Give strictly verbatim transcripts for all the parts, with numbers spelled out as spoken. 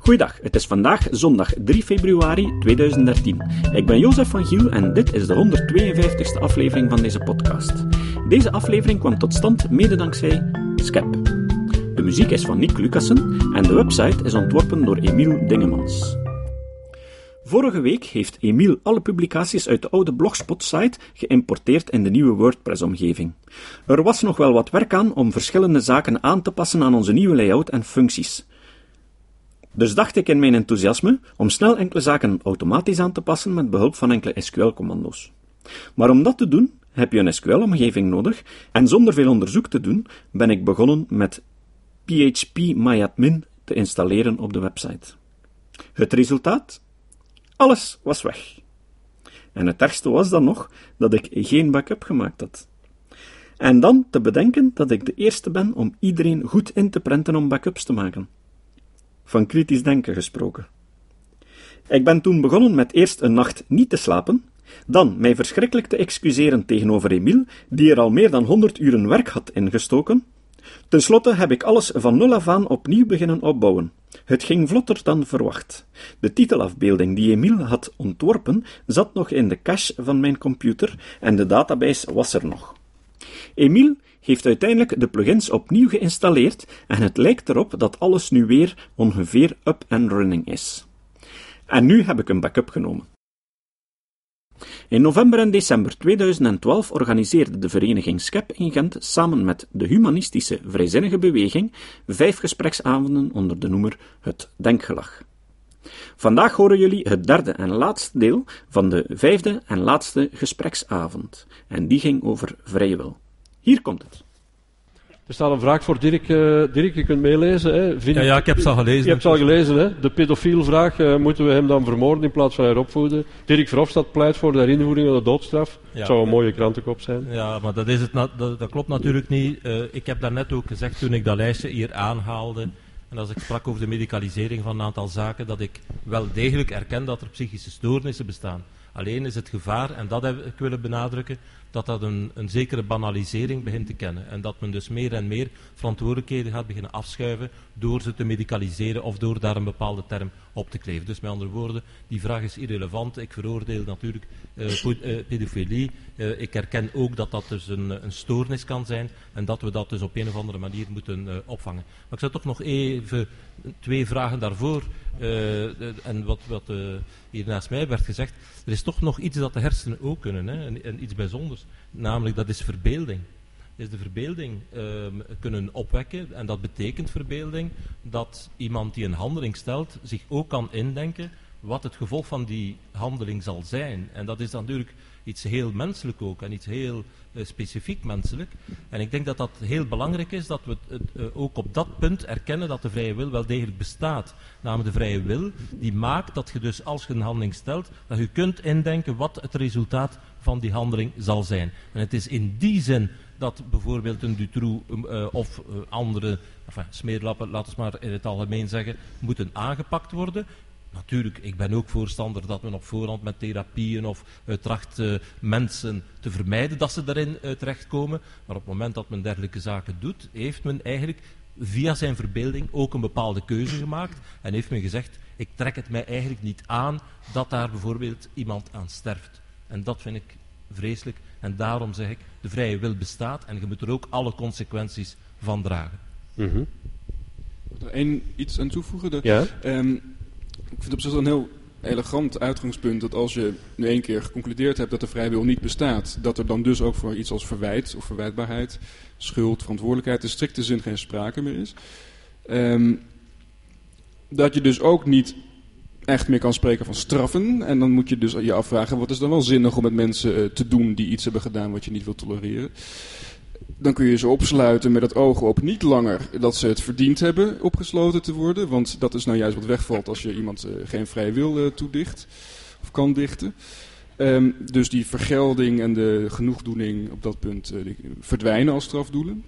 Goeiedag, het is vandaag zondag drie februari tweeduizend dertien. Ik ben Jozef van Giel en dit is de honderdtweeënvijftigste aflevering van deze podcast. Deze aflevering kwam tot stand mede dankzij Skep. De muziek is van Nick Lucassen en de website is ontworpen door Emiel Dingemans. Vorige week heeft Emiel alle publicaties uit de oude Blogspot-site geïmporteerd in de nieuwe WordPress-omgeving. Er was nog wel wat werk aan om verschillende zaken aan te passen aan onze nieuwe layout en functies. Dus dacht ik in mijn enthousiasme om snel enkele zaken automatisch aan te passen met behulp van enkele S Q L-commando's. Maar om dat te doen, heb je een S Q L-omgeving nodig en zonder veel onderzoek te doen, ben ik begonnen met P H P MyAdmin te installeren op de website. Het resultaat? Alles was weg. En het ergste was dan nog dat ik geen backup gemaakt had. En dan te bedenken dat ik de eerste ben om iedereen goed in te prenten om backups te maken. Van kritisch denken gesproken. Ik ben toen begonnen met eerst een nacht niet te slapen, dan mij verschrikkelijk te excuseren tegenover Emiel, die er al meer dan honderd uren werk had ingestoken. Ten slotte heb ik alles van nul af aan opnieuw beginnen opbouwen. Het ging vlotter dan verwacht. De titelafbeelding die Emiel had ontworpen zat nog in de cache van mijn computer en de database was er nog. Emiel heeft uiteindelijk de plugins opnieuw geïnstalleerd en het lijkt erop dat alles nu weer ongeveer up and running is. En nu heb ik een backup genomen. In november en december tweeduizend twaalf organiseerde de vereniging Skep in Gent samen met de humanistische vrijzinnige beweging vijf gespreksavonden onder de noemer Het Denkgelag. Vandaag horen jullie het derde en laatste deel van de vijfde en laatste gespreksavond. En die ging over vrije wil. Hier komt het. Er staat een vraag voor Dirk. Uh, Dirk, je kunt meelezen. Hè? Vind ja, ja, ik heb ze al gelezen. Je hebt ze al gelezen, hè? De pedofielvraag. Uh, moeten we hem dan vermoorden in plaats van heropvoeden? Dirk Verhofstadt pleit voor de herinvoering van de doodstraf. Ja. Het zou een mooie krantenkop zijn. Ja, maar dat, is het na- dat, dat klopt natuurlijk niet. Uh, ik heb daarnet ook gezegd, toen ik dat lijstje hier aanhaalde, en als ik sprak over de medicalisering van een aantal zaken, dat ik wel degelijk erken dat er psychische stoornissen bestaan. Alleen is het gevaar, en dat heb ik willen benadrukken, dat dat een, een zekere banalisering begint te kennen. En dat men dus meer en meer verantwoordelijkheden gaat beginnen afschuiven door ze te medicaliseren of door daar een bepaalde term op te kleven. Dus met andere woorden, die vraag is irrelevant. Ik veroordeel natuurlijk uh, po- uh, pedofilie. Uh, ik herken ook dat dat dus een, een stoornis kan zijn en dat we dat dus op een of andere manier moeten uh, opvangen. Maar ik zou toch nog even twee vragen daarvoor, uh, en wat, wat uh, hier naast mij werd gezegd, er is toch nog iets dat de hersenen ook kunnen, hè, en, en iets bijzonders. Namelijk, dat is verbeelding. Is de verbeelding uh, kunnen opwekken, en dat betekent verbeelding dat iemand die een handeling stelt zich ook kan indenken wat het gevolg van die handeling zal zijn. En dat is natuurlijk iets heel menselijk ook, en iets heel uh, specifiek menselijk. En ik denk dat dat heel belangrijk is, dat we het, uh, ook op dat punt erkennen dat de vrije wil wel degelijk bestaat. Namelijk de vrije wil, die maakt dat je dus, als je een handeling stelt, dat je kunt indenken wat het resultaat van die handeling zal zijn. En het is in die zin dat bijvoorbeeld een Dutroux uh, of uh, andere enfin, smeerlappen, laten we maar in het algemeen zeggen, moeten aangepakt worden. Natuurlijk, ik ben ook voorstander dat men op voorhand met therapieën of uh, tracht uh, mensen te vermijden dat ze daarin uh, terechtkomen. Maar op het moment dat men dergelijke zaken doet, heeft men eigenlijk via zijn verbeelding ook een bepaalde keuze gemaakt. En heeft men gezegd, ik trek het mij eigenlijk niet aan dat daar bijvoorbeeld iemand aan sterft. En dat vind ik vreselijk. En daarom zeg ik, de vrije wil bestaat en je moet er ook alle consequenties van dragen. Mm-hmm. Ik wil er één iets aan toevoegen. De, ja? um, ik vind op zich een heel elegant uitgangspunt dat als je nu één keer geconcludeerd hebt dat de vrije wil niet bestaat, dat er dan dus ook voor iets als verwijt of verwijtbaarheid, schuld, verantwoordelijkheid in strikte zin geen sprake meer is. Um, dat je dus ook niet echt meer kan spreken van straffen. En dan moet je dus je afvragen, wat is dan wel zinnig om met mensen uh, te doen die iets hebben gedaan wat je niet wilt tolereren. Dan kun je ze opsluiten met het oog op niet langer dat ze het verdiend hebben opgesloten te worden. Want dat is nou juist wat wegvalt als je iemand uh, geen vrije wil uh, toedicht of kan dichten. Um, dus die vergelding en de genoegdoening op dat punt uh, die verdwijnen als strafdoelen.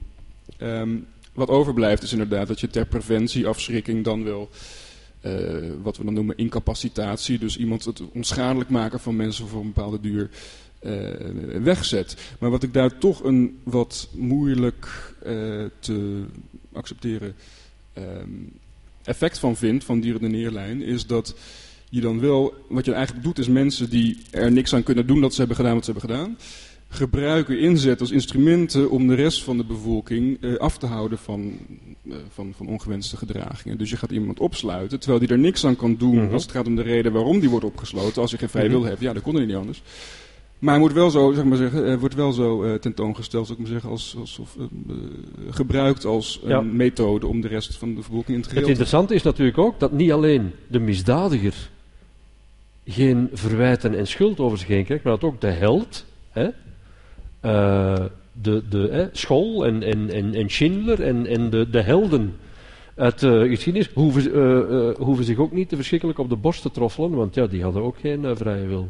Um, wat overblijft is inderdaad dat je ter preventie, afschrikking dan wel Uh, wat we dan noemen incapacitatie, dus iemand het onschadelijk maken van mensen voor een bepaalde duur uh, wegzet. Maar wat ik daar toch een wat moeilijk uh, te accepteren um, effect van vind, van die redeneerlijn, is dat je dan wel, wat je eigenlijk doet, is mensen die er niks aan kunnen doen dat ze hebben gedaan wat ze hebben gedaan, gebruiken, inzetten als instrumenten om de rest van de bevolking uh, af te houden van, uh, van, van ongewenste gedragingen. Dus je gaat iemand opsluiten, terwijl die er niks aan kan doen mm-hmm. als het gaat om de reden waarom die wordt opgesloten. Als je geen vrije mm-hmm. wil hebt, ja, dan kon het niet anders. Maar hij moet wel zo, zeg maar zeggen, uh, wordt wel zo uh, tentoongesteld, zou ik maar zeggen, als, alsof, uh, uh, gebruikt als een ja. methode om de rest van de bevolking in te Het interessante is natuurlijk ook dat niet alleen de misdadiger geen verwijten en schuld over zich heen krijgt, maar dat ook de held, hè, uh, de, de hè, Scholl en, en, en, en Schindler en, en de, de helden uit de uh, geschiedenis hoeven, uh, uh, hoeven zich ook niet te verschrikkelijk op de borst te troffelen, want ja, die hadden ook geen uh, vrije wil.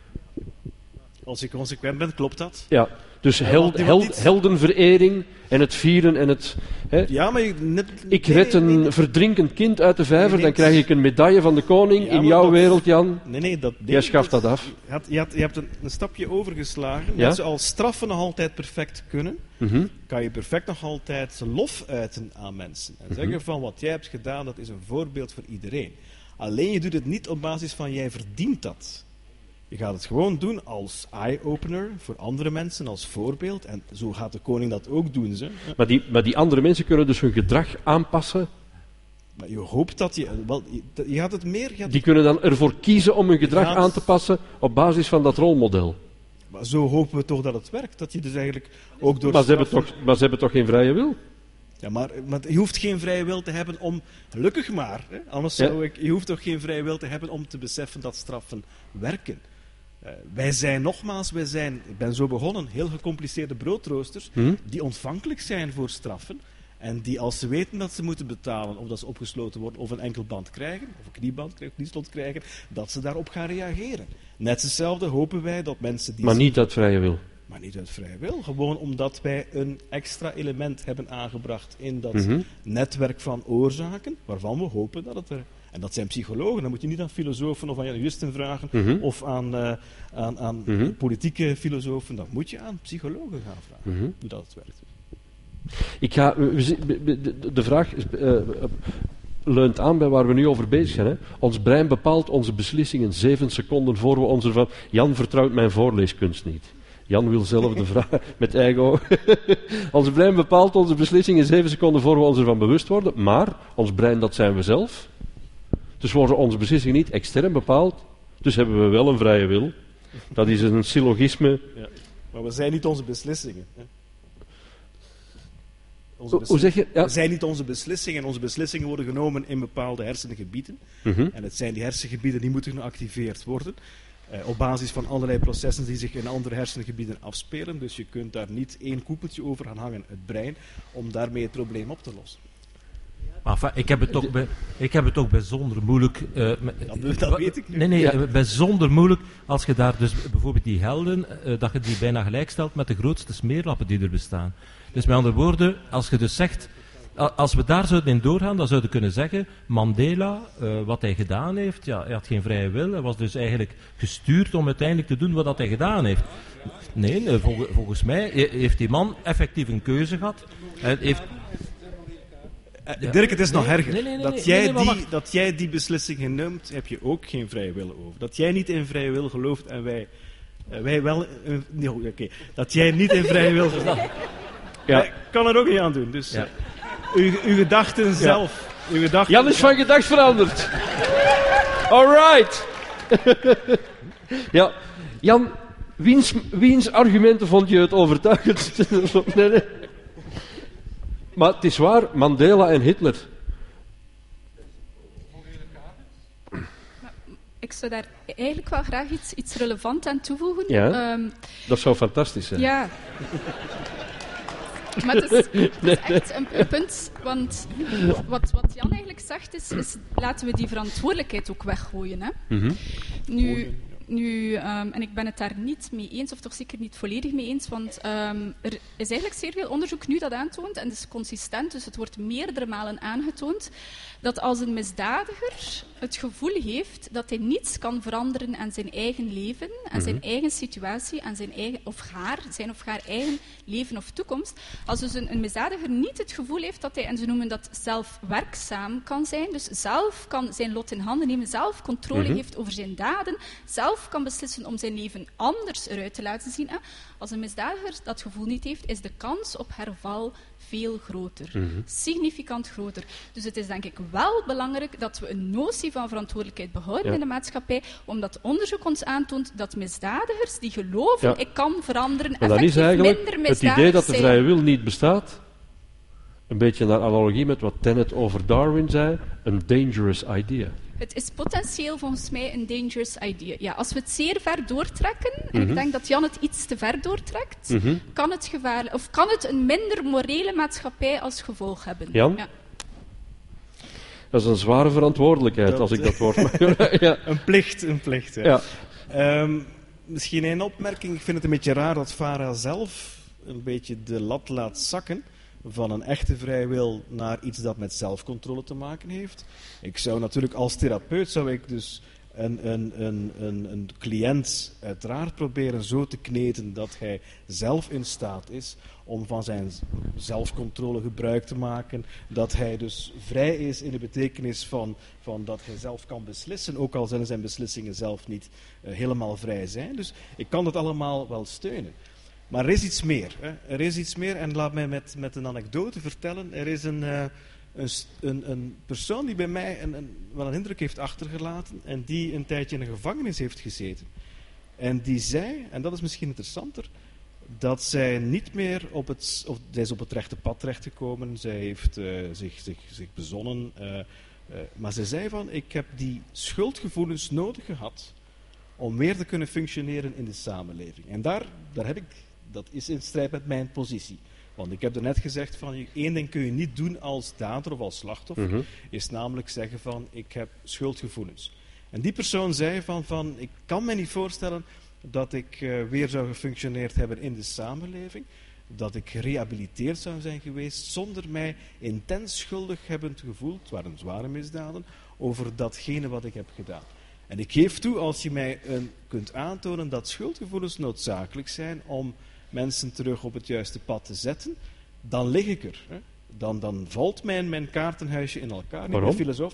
Als je consequent bent, klopt dat? Ja, dus held, held, heldenverering en het vieren en het... Hè. Ja, maar je, net, ik red een nee, nee. verdrinkend kind uit de vijver, nee, nee, dan krijg ik een medaille van de koning. Ja, in jouw dat, wereld, Jan. Nee, nee, dat... Nee, jij schaft dat, dat af. Je, had, je, had, je hebt een, een stapje overgeslagen. Ja? Dat ze al straffen nog altijd perfect kunnen, mm-hmm. kan je perfect nog altijd lof uiten aan mensen. En mm-hmm. zeggen van, wat jij hebt gedaan, dat is een voorbeeld voor iedereen. Alleen je doet het niet op basis van, jij verdient dat. Je gaat het gewoon doen als eye-opener voor andere mensen, als voorbeeld. En zo gaat de koning dat ook doen. Ze. Maar, die, maar die andere mensen kunnen dus hun gedrag aanpassen? Maar je hoopt dat je... Wel, je, je gaat het meer... Je gaat die kunnen dan ervoor kiezen om hun gedrag gaat, aan te passen op basis van dat rolmodel? Maar zo hopen we toch dat het werkt. Dat je dus eigenlijk ook door... Maar ze, hebben toch, maar ze hebben toch geen vrije wil? Ja, maar, maar je hoeft geen vrije wil te hebben om... Gelukkig maar. Hè? Anders zou ja. ik... Je hoeft toch geen vrije wil te hebben om te beseffen dat straffen werken. Uh, wij zijn nogmaals, wij zijn, ik ben zo begonnen, heel gecompliceerde broodroosters hmm? die ontvankelijk zijn voor straffen en die als ze weten dat ze moeten betalen of dat ze opgesloten worden of een enkel band krijgen, of een knieband krijgen, of knieslot krijgen, dat ze daarop gaan reageren. Net hetzelfde hopen wij dat mensen die... Maar niet uit vrije wil. Maar niet uit vrije wil, gewoon omdat wij een extra element hebben aangebracht in dat mm-hmm. netwerk van oorzaken, waarvan we hopen dat het werkt. En dat zijn psychologen, dan moet je niet aan filosofen of aan juristen vragen, mm-hmm. of aan, uh, aan, aan mm-hmm. politieke filosofen, dat moet je aan psychologen gaan vragen, mm-hmm. hoe dat het werkt. Ik ga, de, de vraag is, uh, leunt aan bij waar we nu over bezig zijn. Hè. Ons brein bepaalt onze beslissingen zeven seconden voor we ons ervan... Jan vertrouwt mijn voorleeskunst niet. Jan wil zelf de vraag met ego. Ons brein bepaalt onze beslissingen zeven seconden voor we ons ervan bewust worden, maar ons brein, dat zijn we zelf. Dus worden onze beslissingen niet extern bepaald, dus hebben we wel een vrije wil. Dat is een syllogisme. Ja, maar we zijn niet onze beslissingen. Hè? Onze beslis- Hoe zeg je? Ja. We zijn niet onze beslissingen. Onze beslissingen worden genomen in bepaalde hersengebieden. Mm-hmm. En het zijn die hersengebieden die moeten geactiveerd worden. Uh, op basis van allerlei processen die zich in andere hersengebieden afspelen. Dus je kunt daar niet één koepeltje over gaan hangen, het brein, om daarmee het probleem op te lossen. Maar enfin, ik, heb het ook bij, ik heb het ook bijzonder moeilijk... Uh, dat, dat weet ik nu. Nee, nee, ja. bijzonder moeilijk als je daar dus bijvoorbeeld die helden, uh, dat je die bijna gelijkstelt met de grootste smeerlappen die er bestaan. Dus met andere woorden, als je dus zegt... Als we daar zouden in doorgaan, dan zouden we kunnen zeggen, Mandela, uh, wat hij gedaan heeft, ja, hij had geen vrije wil, hij was dus eigenlijk gestuurd om uiteindelijk te doen wat dat hij gedaan heeft. Nee, uh, vol, volgens mij heeft die man effectief een keuze gehad. Hij heeft... Uh, Dirk, het is nee, nog erger. Nee, nee, nee, dat, nee, jij nee, nee, die, dat jij die beslissingen neemt, heb je ook geen vrije wil over. Dat jij niet in vrije wil gelooft en wij, uh, wij wel... Uh, nee, oké. Okay. Dat jij niet in vrije wil gelooft. Ja. Ik kan er ook niet aan doen, dus... Ja. Uw, uw gedachten ja. zelf. Uw gedachten Jan is van gedacht veranderd. Alright. Ja, Jan, wiens, wiens argumenten vond je het overtuigend? nee, nee. Maar het is waar, Mandela en Hitler. Ik zou daar eigenlijk wel graag iets, iets relevant aan toevoegen. Ja, um, dat zou fantastisch zijn. Ja. Maar het is, het is echt een, een punt, want wat, wat Jan eigenlijk zegt is, is laten we die verantwoordelijkheid ook weggooien. Hè? Mm-hmm. Nu, Nu, um, en ik ben het daar niet mee eens, of toch zeker niet volledig mee eens, want um, er is eigenlijk zeer veel onderzoek nu dat aantoont, en het is consistent, dus het wordt meerdere malen aangetoond, dat als een misdadiger het gevoel heeft dat hij niets kan veranderen aan zijn eigen leven, aan mm-hmm. zijn eigen situatie, aan zijn eigen, of haar, zijn of haar eigen leven of toekomst, als dus een, een misdadiger niet het gevoel heeft dat hij, en ze noemen dat zelfwerkzaam kan zijn, dus zelf kan zijn lot in handen nemen, zelf controle mm-hmm. heeft over zijn daden, zelf kan beslissen om zijn leven anders eruit te laten zien. Als een misdadiger dat gevoel niet heeft, is de kans op herval veel groter. Mm-hmm. Significant groter. Dus het is denk ik wel belangrijk dat we een notie van verantwoordelijkheid behouden ja. in de maatschappij, omdat onderzoek ons aantoont dat misdadigers die geloven, ja. ik kan veranderen, maar dat is eigenlijk minder het idee dat de vrije wil niet bestaat, een beetje naar analogie met wat Tenet over Darwin zei, een dangerous idea. Het is potentieel volgens mij een dangerous idea. Ja, als we het zeer ver doortrekken, en mm-hmm. ik denk dat Jan het iets te ver doortrekt, mm-hmm. kan het gevaarlijk, of kan het een minder morele maatschappij als gevolg hebben. Jan? Ja. Dat is een zware verantwoordelijkheid, dat, als ik dat woord mag. ja. Een plicht, een plicht. Ja. Ja. Um, misschien een opmerking. Ik vind het een beetje raar dat Farah zelf een beetje de lat laat zakken van een echte vrije wil naar iets dat met zelfcontrole te maken heeft. Ik zou natuurlijk als therapeut zou ik dus een, een, een, een, een cliënt uiteraard proberen zo te kneden dat hij zelf in staat is om van zijn zelfcontrole gebruik te maken, dat hij dus vrij is in de betekenis van, van dat hij zelf kan beslissen, ook al zijn zijn beslissingen zelf niet uh, helemaal vrij zijn. Dus ik kan dat allemaal wel steunen. Maar er is iets meer. Hè. Er is iets meer, en laat mij met, met een anekdote vertellen. Er is een, uh, een, een, een persoon die bij mij een, een, wel een indruk heeft achtergelaten en die een tijdje in een gevangenis heeft gezeten. En die zei, en dat is misschien interessanter, dat zij niet meer op het, of zij is op het rechte pad terechtgekomen. Zij heeft uh, zich, zich, zich bezonnen. Uh, uh, maar zij zei van, ik heb die schuldgevoelens nodig gehad om weer te kunnen functioneren in de samenleving. En daar, daar heb ik, dat is in strijd met mijn positie. Want ik heb er net gezegd van, één ding kun je niet doen als dader of als slachtoffer, mm-hmm. is namelijk zeggen van, ik heb schuldgevoelens. En die persoon zei van, van ik kan me niet voorstellen dat ik uh, weer zou gefunctioneerd hebben in de samenleving, dat ik gerehabiliteerd zou zijn geweest zonder mij intens schuldig hebbend gevoeld, het waren zware misdaden, over datgene wat ik heb gedaan. En ik geef toe, als je mij een, kunt aantonen dat schuldgevoelens noodzakelijk zijn om mensen terug op het juiste pad te zetten, dan lig ik er. Hè. Dan, dan valt mijn, mijn kaartenhuisje in elkaar. Waarom? Filosoof,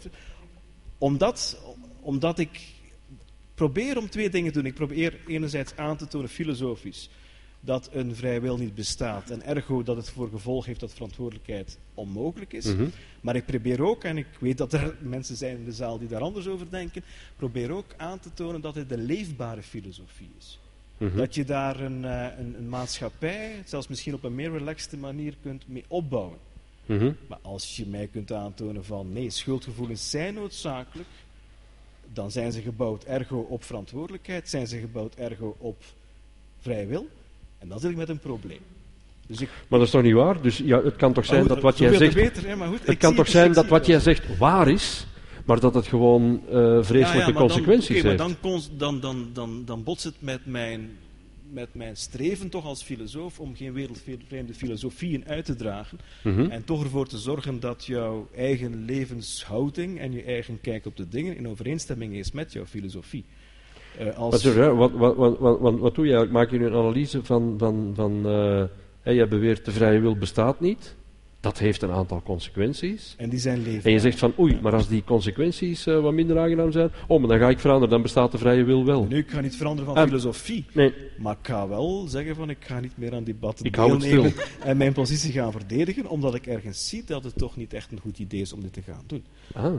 omdat, omdat ik probeer om twee dingen te doen. Ik probeer enerzijds aan te tonen, filosofisch, dat een vrije wil niet bestaat en ergo dat het voor gevolg heeft dat verantwoordelijkheid onmogelijk is. Mm-hmm. Maar ik probeer ook, en ik weet dat er mensen zijn in de zaal die daar anders over denken, probeer ook aan te tonen dat het een leefbare filosofie is. Mm-hmm. Dat je daar een, uh, een, een maatschappij, zelfs misschien op een meer relaxte manier, kunt mee opbouwen. Mm-hmm. Maar als je mij kunt aantonen van nee, schuldgevoelens zijn noodzakelijk, dan zijn ze gebouwd ergo op verantwoordelijkheid, zijn ze gebouwd ergo op vrije wil. En dan zit ik met een probleem. Dus ik, maar dat is toch niet waar? Dus ja, het kan toch zijn goed, dat wat jij zegt... Beter, hè, maar goed, het kan toch het, zijn dat wat jij zegt waar is, maar dat het gewoon uh, vreselijke ja, ja, consequenties dan, okay, heeft. Maar dan, dan, dan, dan, dan botst het met mijn, met mijn streven toch als filosoof om geen wereldvreemde filosofieën uit te dragen. Mm-hmm. En toch ervoor te zorgen dat jouw eigen levenshouding en je eigen kijk op de dingen in overeenstemming is met jouw filosofie. Uh, als... wat, wat, wat, wat, wat, wat, wat doe je eigenlijk? Maak je nu een analyse van... van, van uh, hey, jij beweert de vrije wil bestaat niet. Dat heeft een aantal consequenties. En die zijn leefbaar. En je zegt van oei, maar als die consequenties uh, wat minder aangenaam zijn, oh, maar dan ga ik veranderen, dan bestaat de vrije wil wel. Nu, ik ga niet veranderen van uh, filosofie. Nee. Maar ik ga wel zeggen van ik ga niet meer aan debatten ik hou deelnemen het stil. En mijn positie gaan verdedigen, omdat ik ergens zie dat het toch niet echt een goed idee is om dit te gaan doen. Ah.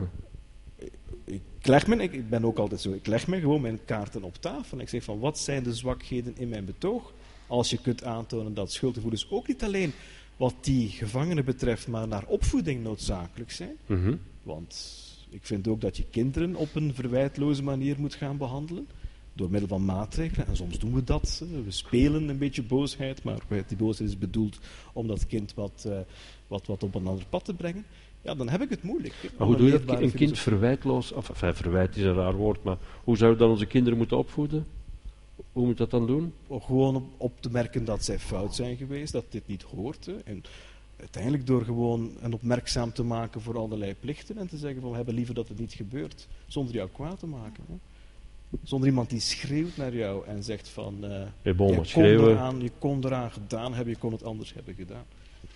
Ik leg me, ik ben ook altijd zo, ik leg me gewoon mijn kaarten op tafel en ik zeg van wat zijn de zwakheden in mijn betoog, als je kunt aantonen dat schuldgevoelens ook niet alleen wat die gevangenen betreft, maar naar opvoeding noodzakelijk zijn. Mm-hmm. Want ik vind ook dat je kinderen op een verwijtloze manier moet gaan behandelen, door middel van maatregelen, en soms doen we dat, we spelen een beetje boosheid, maar die boosheid is bedoeld om dat kind wat, uh, wat, wat op een ander pad te brengen. ja, dan heb ik het moeilijk. Hè, Maar hoe doe je dat? Een kind filosofie. verwijtloos... Of, enfin, verwijt is een raar woord, maar hoe zouden we dan onze kinderen moeten opvoeden? Hoe moet dat dan doen? Gewoon op, op te merken dat zij fout zijn geweest, dat dit niet hoort. Hè. En uiteindelijk door gewoon hen opmerkzaam te maken voor allerlei plichten en te zeggen van we hebben liever dat het niet gebeurt, zonder jou kwaad te maken. Hè. Zonder iemand die schreeuwt naar jou en zegt van uh, Hey, bon, je, kon schreeuwen. eraan, je kon eraan gedaan hebben, je kon het anders hebben gedaan.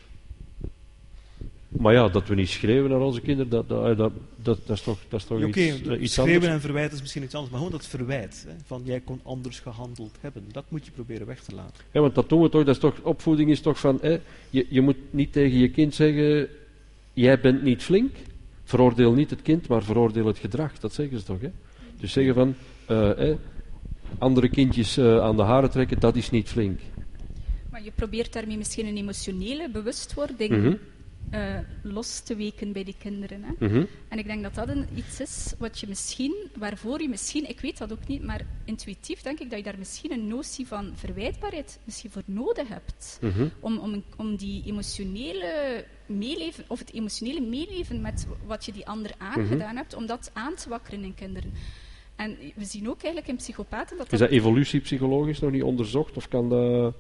Maar ja, dat we niet schreeuwen naar onze kinderen, dat, dat, dat, dat, dat is toch, dat is toch Ja, Oké, iets, uh, iets schreeuwen anders. en verwijten is misschien iets anders, maar gewoon dat verwijt, hè, van jij kon anders gehandeld hebben, dat moet je proberen weg te laten. Ja, want dat doen we toch, dat is toch, opvoeding is toch van, hè, je, je moet niet tegen je kind zeggen, jij bent niet flink, veroordeel niet het kind, maar veroordeel het gedrag, dat zeggen ze toch, hè? Dus zeggen van, uh, hè, andere kindjes uh, aan de haren trekken, dat is niet flink. Maar je probeert daarmee misschien een emotionele bewustwording Mm-hmm. uh, los te weken bij die kinderen. Hè? Mm-hmm. En ik denk dat dat een, iets is wat je misschien, waarvoor je misschien, ik weet dat ook niet, maar intuïtief denk ik dat je daar misschien een notie van verwijtbaarheid misschien voor nodig hebt. Mm-hmm. Om, om, om die emotionele meeleven, of het emotionele meeleven met wat je die ander aangedaan Mm-hmm. hebt, om dat aan te wakkeren in kinderen. En we zien ook eigenlijk in psychopaten dat Is dat evolutiepsychologisch nog niet onderzocht, of kan dat...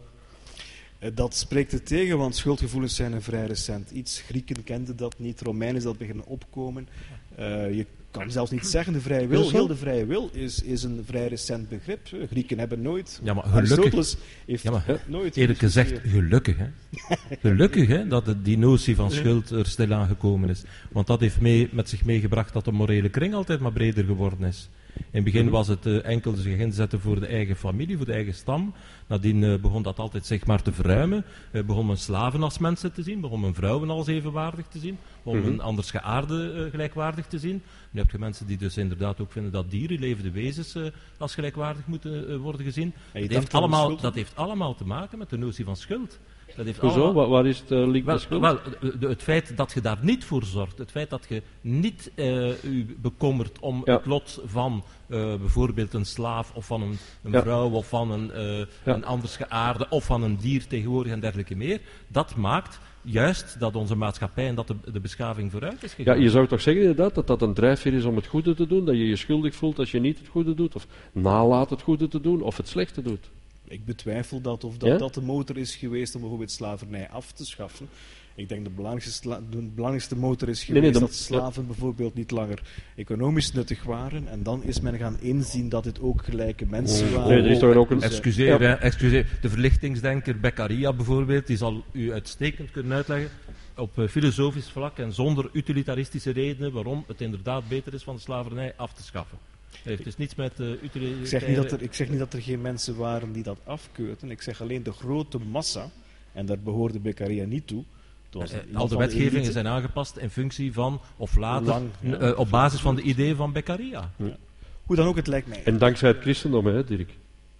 Uh, dat spreekt er tegen, want schuldgevoelens zijn een vrij recent iets. Grieken kenden dat niet, Romeinen is dat beginnen opkomen. Uh, je kan zelfs niet zeggen de vrije wil. Heel de vrije wil is, is een vrij recent begrip. Grieken hebben nooit... Ja, maar gelukkig... Aristoteles heeft ja, maar, nooit... Eerlijk gezegd, gelukkig, hè. Gelukkig, hè, dat het, die notie van schuld er stilaan gekomen is. Want dat heeft mee, met zich meegebracht dat de morele kring altijd maar breder geworden is. In het begin was het uh, enkel zich inzetten voor de eigen familie, voor de eigen stam. Nadien uh, begon dat altijd zeg maar te verruimen. Uh, begon men slaven als mensen te zien, begon men vrouwen als evenwaardig te zien, begon men anders geaarde uh, gelijkwaardig te zien. Nu heb je mensen die dus inderdaad ook vinden dat dieren, levende wezens, uh, als gelijkwaardig moeten uh, worden gezien. Dat heeft, allemaal, dat heeft allemaal te maken met de notie van schuld. Dat heeft Hoezo? allemaal... Waar, waar is het uh, link Wel, met schuld? wel de, het feit dat je daar niet voor zorgt, het feit dat je niet uh, u bekommert om Ja. het lot van uh, bijvoorbeeld een slaaf of van een, een Ja. vrouw of van een, uh, Ja. een anders geaarde of van een dier tegenwoordig en dergelijke meer, dat maakt juist dat onze maatschappij en dat de, de beschaving vooruit is Ja, gegaan. je zou toch zeggen inderdaad dat dat een drijfveer is om het goede te doen, dat je je schuldig voelt als je niet het goede doet, of nalaat het goede te doen, of het slechte doet. Ik betwijfel dat of dat, Ja? dat de motor is geweest om bijvoorbeeld slavernij af te schaffen. Ik denk de belangrijkste, sla- de belangrijkste motor is Nee, geweest nee, dan- dat slaven bijvoorbeeld niet langer economisch nuttig waren. En dan is men gaan inzien dat dit ook gelijke mensen waren. Nee, er is toch ook een- Dus, eh, Excuseer, Ja. hè, excuseer. De verlichtingsdenker Beccaria bijvoorbeeld, die zal u uitstekend kunnen uitleggen op uh, filosofisch vlak en zonder utilitaristische redenen waarom het inderdaad beter is van de slavernij af te schaffen. Het heeft dus niets met uh, Ik utilitaire... zeg, niet dat er, ik zeg niet dat er geen mensen waren die dat afkeurden. Ik zeg alleen de grote massa, en daar behoorde Beccaria niet toe. Het was Uh, iemand al de van wetgevingen elite. zijn aangepast in functie van, of later, Lang, ja. n- uh, op basis van de ideeën van Beccaria. Hoe dan ook, het lijkt mij. En dankzij het christendom, hè, Dirk?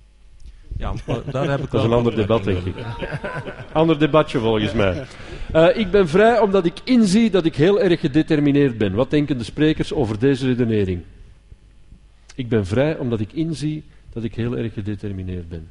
Ja, maar daar heb ik Dat is wel een ander debat, denk ik. Ander debatje, volgens mij. Uh, ik ben vrij omdat ik inzie dat ik heel erg gedetermineerd ben. Wat denken de sprekers over deze redenering? Ik ben vrij omdat ik inzie dat ik heel erg gedetermineerd ben.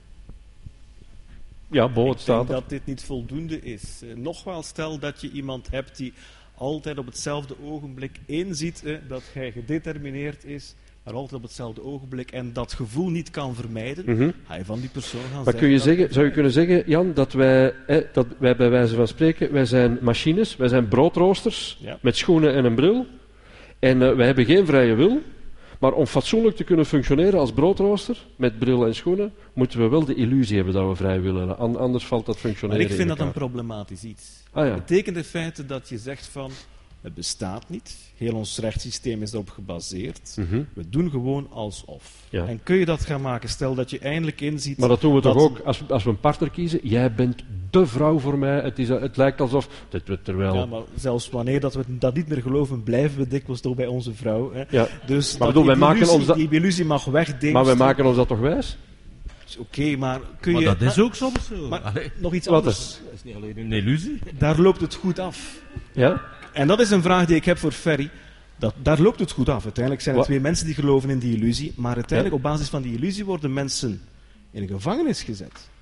Ja, Bo, het Ik staat denk er. dat dit niet voldoende is. Uh, nogmaals, stel dat je iemand hebt die altijd op hetzelfde ogenblik inziet eh, dat hij gedetermineerd is, maar altijd op hetzelfde ogenblik en dat gevoel niet kan vermijden, Mhm. ga je van die persoon gaan Maar zeggen... kun je dat- zeggen, zou je kunnen zeggen, Jan, dat wij, hè, dat wij bij wijze van spreken, wij zijn machines, wij zijn broodroosters, Ja. met schoenen en een bril, en uh, wij hebben geen vrije wil, maar om fatsoenlijk te kunnen functioneren als broodrooster, met bril en schoenen, moeten we wel de illusie hebben dat we vrij willen. An- anders valt dat Maar functioneren ik vind in dat een elkaar. problematisch iets. Ah, ja. Het betekent in feite dat je zegt van, het bestaat niet, heel ons rechtssysteem is erop gebaseerd, Mhm. we doen gewoon alsof. Ja. En kun je dat gaan maken? Stel dat je eindelijk inziet... Maar dat doen we toch dat- ook als, als we een partner kiezen. Jij bent de vrouw voor mij. Het, is, het lijkt alsof... Dit, terwijl... Ja, maar zelfs wanneer dat we dat niet meer geloven, blijven we dikwijls toch bij onze vrouw. Hè? Ja. Dus Maar dat bedoel, wij die maken illusie, ons dat- die illusie mag wegdingen. Maar wij maken ons dat toch wijs? Oké, maar kun Maar je... dat is ook soms zo. Maar Allee, nog iets Wat anders. dat is niet alleen een illusie. Daar loopt het goed af. Ja? En dat is een vraag die ik heb voor Ferry. Dat, daar loopt het goed af. Uiteindelijk zijn er Wat? twee mensen die geloven in die illusie. Maar uiteindelijk, op basis van die illusie, worden mensen in een gevangenis gezet.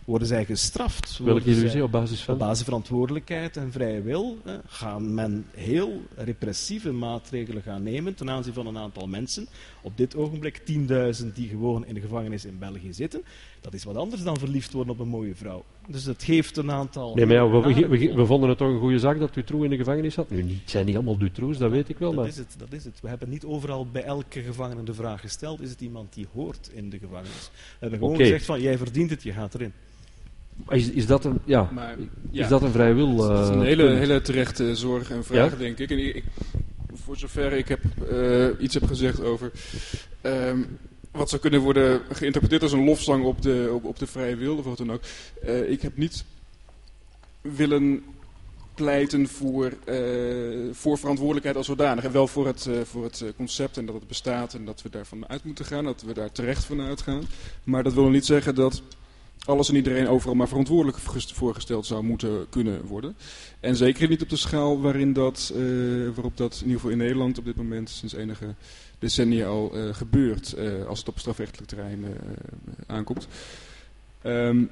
Worden zij gestraft? Welke Worden illusie zij- op basis Op van? basis van verantwoordelijkheid en vrije wil hè, gaan men heel repressieve maatregelen gaan nemen ten aanzien van een aantal mensen. Op dit ogenblik tienduizend die gewoon in de gevangenis in België zitten. Dat is wat anders dan verliefd worden op een mooie vrouw. Dus het geeft een aantal... Nee, maar ja, we, we, nare we, we vonden het toch een goede zaak dat Dutroux in de gevangenis zat. Nu, niet, het zijn niet allemaal Dutroux, dat weet ik wel. Dat Maar is het, dat is het. We hebben niet overal bij elke gevangene de vraag gesteld, is het iemand die hoort in de gevangenis? We hebben gewoon Oké. gezegd van, jij verdient het, je gaat erin. is, is, dat, een, ja, Maar, is ja, dat een vrij wil? dat is eh, een hele, punt? hele terechte zorg en vraag, Ja? denk ik. En ik, voor zover ik heb, eh, iets heb gezegd over ehm, wat zou kunnen worden geïnterpreteerd als een lofzang op de, op, op de vrije wil, of wat dan ook. Eh, ik heb niet willen pleiten voor, eh, voor verantwoordelijkheid als zodanig. En wel voor het, uh, voor het uh, concept en dat het bestaat en dat we daarvan uit moeten gaan. Dat we daar terecht van uitgaan. Maar dat wil niet zeggen dat alles en iedereen overal maar verantwoordelijk voorgesteld zou moeten kunnen worden. En zeker niet op de schaal waarin dat, uh, waarop dat in ieder geval in Nederland op dit moment sinds enige decennia al uh, gebeurt. Uh, als het op strafrechtelijk terrein uh, aankomt. Um,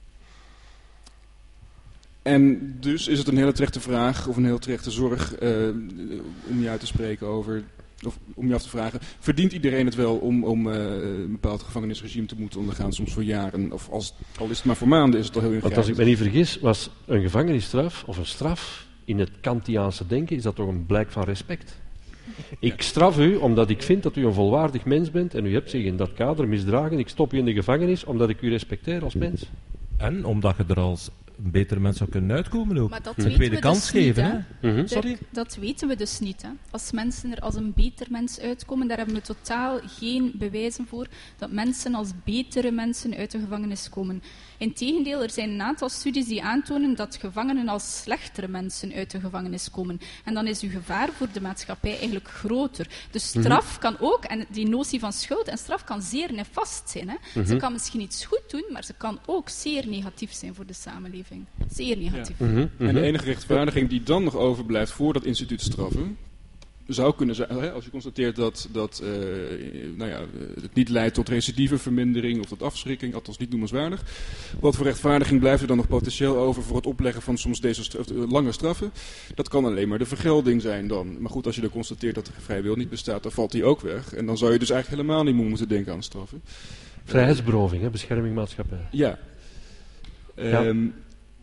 En dus is het een hele terechte vraag of een heel terechte zorg uh, om je uit te spreken over, of om je af te vragen, verdient iedereen het wel om, om uh, een bepaald gevangenisregime te moeten ondergaan, soms voor jaren, of als, al is het maar voor maanden, is het al heel ingrijpend. Want als ik me niet vergis, was een gevangenisstraf of een straf in het Kantiaanse denken, is dat toch een blijk van respect? Ik straf u omdat ik vind dat u een volwaardig mens bent en u hebt zich in dat kader misdragen. Ik stop u in de gevangenis omdat ik u respecteer als mens. En omdat je er als een betere mens zou kunnen uitkomen ook. Maar dat Een weten tweede we kans dus niet, geven, hè? hè? Mm-hmm. Sorry? Dirk, dat weten we dus niet. Hè. Als mensen er als een beter mens uitkomen, daar hebben we totaal geen bewijzen voor dat mensen als betere mensen uit de gevangenis komen. Integendeel, er zijn een aantal studies die aantonen dat gevangenen als slechtere mensen uit de gevangenis komen. En dan is uw gevaar voor de maatschappij eigenlijk groter. Dus straf kan ook, en die notie van schuld en straf kan zeer nefast zijn. Hè. Mhm. Ze kan misschien iets goed doen, maar ze kan ook zeer negatief zijn voor de samenleving. Zeer negatief. Mhm, En mhm. de enige rechtvaardiging die dan nog overblijft voor dat instituut straffen, zou kunnen zijn, hè, als je constateert dat, dat uh, nou ja, het niet leidt tot recidivevermindering of tot afschrikking, althans niet noemenswaardig. Wat voor rechtvaardiging blijft er dan nog potentieel over voor het opleggen van soms deze stra- uh, lange straffen? Dat kan alleen maar de vergelding zijn dan. Maar goed, als je dan constateert dat de vrije wil niet bestaat, dan valt die ook weg. En dan zou je dus eigenlijk helemaal niet meer moeten denken aan straffen. Vrijheidsberoving, hè, bescherming maatschappij. Ja. Ja. Um,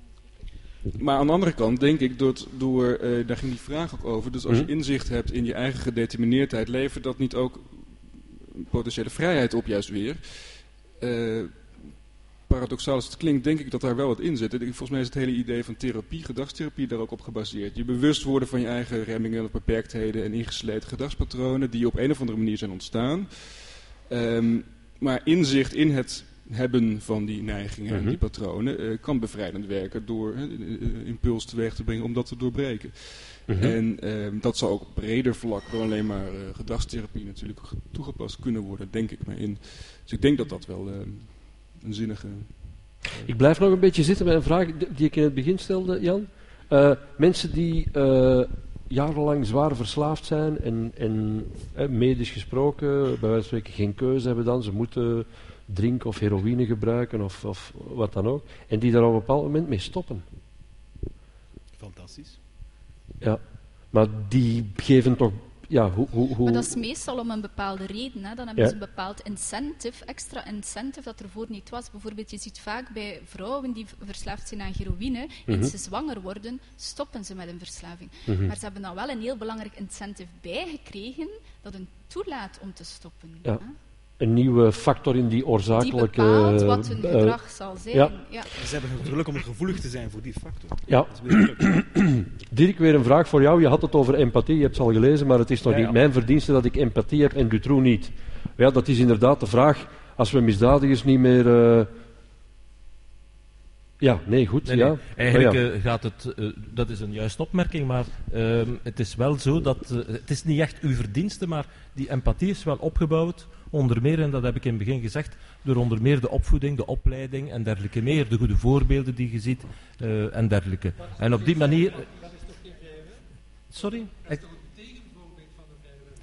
Maar aan de andere kant denk ik, dat door, uh, daar ging die vraag ook over, dus als je Mhm. inzicht hebt in je eigen gedetermineerdheid, levert dat niet ook potentiële vrijheid op juist weer? Uh, paradoxaal als het klinkt, denk ik dat daar wel wat in zit. Volgens mij is het hele idee van therapie, gedragstherapie, daar ook op gebaseerd. Je bewust worden van je eigen remmingen of beperktheden en ingesleten gedragspatronen die op een of andere manier zijn ontstaan. Um, maar inzicht in het hebben van die neigingen en Mhm. die patronen uh, kan bevrijdend werken door uh, uh, impuls teweeg te brengen om dat te doorbreken. Mhm. En uh, dat zou ook op breder vlak dan alleen maar uh, gedragstherapie natuurlijk toegepast kunnen worden, denk ik maar in. Dus ik denk dat dat wel uh, een zinnige... Ik blijf nog een beetje zitten bij een vraag die ik in het begin stelde, Jan. Uh, mensen die uh, jarenlang zwaar verslaafd zijn en, en uh, medisch gesproken, bij wijze van spreken geen keuze hebben dan, ze moeten drinken of heroïne gebruiken of, of wat dan ook, en die daar op een bepaald moment mee stoppen. Fantastisch. Ja, maar die geven toch... Ja, hoe, hoe, hoe... Maar dat is meestal om een bepaalde reden. Hè. Dan hebben Ja. ze een bepaald incentive, extra incentive, dat ervoor niet was. Bijvoorbeeld, je ziet vaak bij vrouwen die v- verslaafd zijn aan heroïne, Mhm. eens ze zwanger worden, stoppen ze met een verslaving. Mhm. Maar ze hebben dan wel een heel belangrijk incentive bijgekregen dat hen toelaat om te stoppen. Ja. Hè. Een nieuwe factor in die Die oorzakelijke... bepaalt wat hun uh, gedrag zal zijn. ja. Ja. Ze hebben het geluk om gevoelig te zijn voor die factor. Ja. Dat is weer geluk. Dirk, weer een vraag voor jou. Je had het over empathie, je hebt het al gelezen, maar het is nog Ja, niet ja. mijn verdienste dat ik empathie heb en Dutroux niet. Ja, dat is inderdaad de vraag. Als we misdadigers niet meer... Uh... Ja, nee, goed. Nee, nee. Ja. Eigenlijk Oh, ja. uh, gaat het, uh, dat is een juiste opmerking, maar uh, het is wel zo dat, uh, het is niet echt uw verdienste, maar die empathie is wel opgebouwd, onder meer, en dat heb ik in het begin gezegd, door onder meer de opvoeding, de opleiding en dergelijke meer, de goede voorbeelden die je ziet uh, en dergelijke. En op die manier... Sorry? Ik...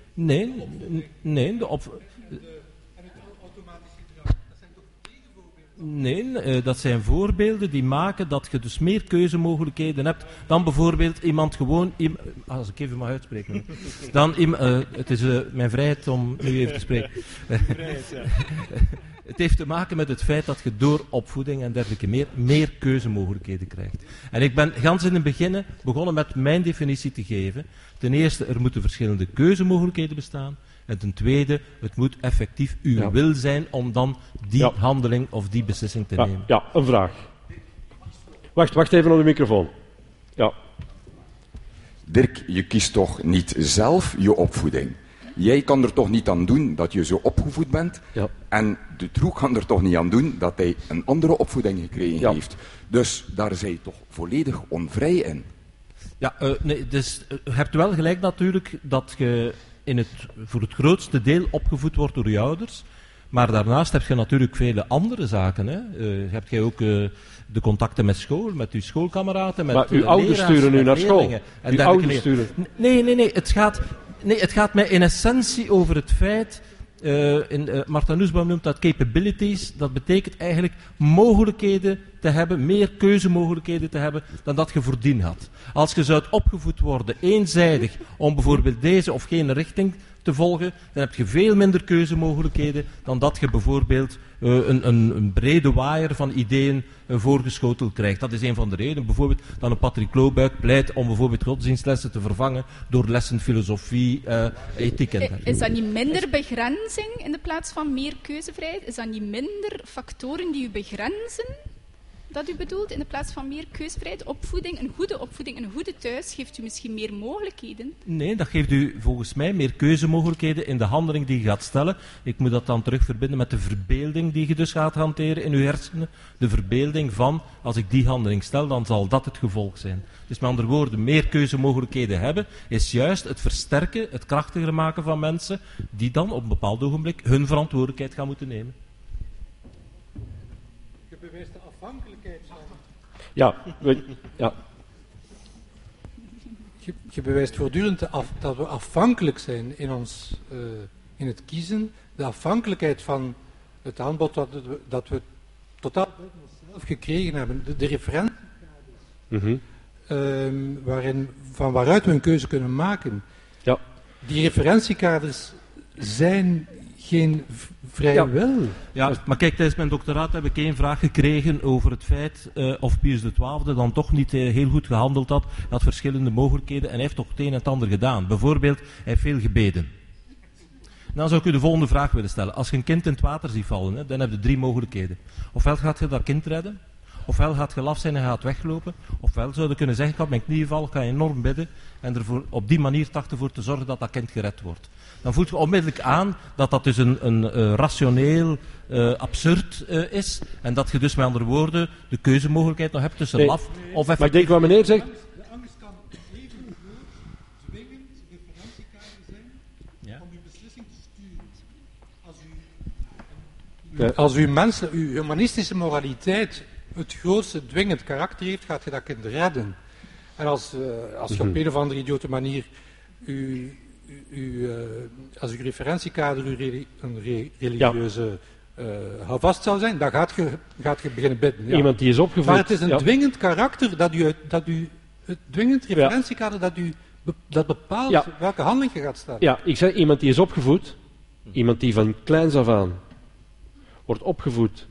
Nee, n- nee, de op... Nee, uh, dat zijn voorbeelden die maken dat je dus meer keuzemogelijkheden hebt dan bijvoorbeeld iemand gewoon... Im- als ik even mag uitspreken. Dan im- uh, het is uh, mijn vrijheid om nu even te spreken. Vrijheid, ja. Het heeft te maken met het feit dat je door opvoeding en dergelijke meer, meer keuzemogelijkheden krijgt. En ik ben gans in het begin begonnen met mijn definitie te geven. Ten eerste, er moeten verschillende keuzemogelijkheden bestaan. En ten tweede, het moet effectief uw ja. wil zijn om dan die ja. handeling of die beslissing te ja. nemen. Ja, een vraag. Wacht, wacht even op de microfoon. Ja. Dirk, je kiest toch niet zelf je opvoeding? Jij kan er toch niet aan doen dat je zo opgevoed bent? Ja. En de Troe kan er toch niet aan doen dat hij een andere opvoeding gekregen ja. heeft? Dus daar zijn je toch volledig onvrij in? Ja, uh, nee, dus uh, je hebt wel gelijk natuurlijk dat je in het, voor het grootste deel opgevoed wordt door je ouders. Maar daarnaast heb je natuurlijk vele andere zaken. Hè. Uh, heb je ook uh, de contacten met school, met uw schoolkameraden, met maar uw uh, ouders sturen u naar school. En uw ouders sturen. Nee, nee, nee. Het gaat, nee, het gaat mij in essentie over het feit... Uh, in, uh, Martha Nussbaum noemt dat capabilities. Dat betekent eigenlijk mogelijkheden te hebben, meer keuzemogelijkheden te hebben dan dat je voordien had. Als je zou opgevoed worden eenzijdig om bijvoorbeeld deze of gene richting te volgen, dan heb je veel minder keuzemogelijkheden dan dat je bijvoorbeeld uh, een, een, een brede waaier van ideeën uh, voorgeschoteld krijgt. Dat is een van de redenen. Bijvoorbeeld dat een Patrick Loobuik pleit om bijvoorbeeld godsdienstlessen te vervangen door lessen filosofie, uh, ethiek en dergelijke. Is dat niet minder begrenzing in de plaats van meer keuzevrijheid? Is dat niet minder factoren die u begrenzen? Dat u bedoelt, in de plaats van meer keuzevrijheid, opvoeding, een goede opvoeding, een goede thuis, geeft u misschien meer mogelijkheden? Nee, dat geeft u volgens mij meer keuzemogelijkheden in de handeling die je gaat stellen. Ik moet dat dan terug verbinden met de verbeelding die je dus gaat hanteren in uw hersenen. De verbeelding van, als ik die handeling stel, dan zal dat het gevolg zijn. Dus met andere woorden, meer keuzemogelijkheden hebben, is juist het versterken, het krachtiger maken van mensen, die dan op een bepaald ogenblik hun verantwoordelijkheid gaan moeten nemen. Je bewijst de afhankelijkheid van... Ja, we, ja. Je, je bewijst voortdurend de af, dat we afhankelijk zijn in, ons, uh, in het kiezen. De afhankelijkheid van het aanbod dat we, dat we totaal buiten onszelf gekregen hebben. De, de referentiekaders mm-hmm. um, waarin, van waaruit we een keuze kunnen maken. Ja. Die referentiekaders zijn geen vrije ja. wil. Ja, maar kijk, tijdens mijn doctoraat heb ik één vraag gekregen over het feit uh, of Pius de twaalfde dan toch niet uh, heel goed gehandeld had. Hij had verschillende mogelijkheden en hij heeft toch het een en het ander gedaan. Bijvoorbeeld, hij heeft veel gebeden. Dan zou ik u de volgende vraag willen stellen. Als je een kind in het water ziet vallen, hè, dan heb je drie mogelijkheden. Ofwel gaat je dat kind redden, ofwel gaat je laf zijn en gaat weglopen, ofwel zou je kunnen zeggen, ik had mijn knieën vallen, ik ga enorm bidden en ervoor op die manier trachten voor te zorgen dat dat kind gered wordt. Dan voelt je onmiddellijk aan dat dat dus een, een uh, rationeel uh, absurd uh, is en dat je dus met andere woorden de keuzemogelijkheid nog hebt tussen nee, laf nee, of effectief. Maar ik denk wat meneer zegt... De angst kan even groot, dwingend, referentiekader zijn ja. om uw beslissing te sturen. Als u, ja. als uw mensen, uw humanistische moraliteit het grootste dwingend karakter heeft, gaat je dat kind redden. En als, uh, als je op een of andere idiote manier uw, uw, uh, als uw referentiekader uw re, een re, religieuze uh, houvast zou zijn, dan gaat je, gaat je beginnen bidden. Ja. Iemand die is opgevoed. Maar het is een ja. dwingend karakter dat u, dat u het dwingend referentiekader dat u be, dat bepaalt ja. welke handeling je gaat stellen. Ja, ik zeg iemand die is opgevoed, iemand die van kleins af aan wordt opgevoed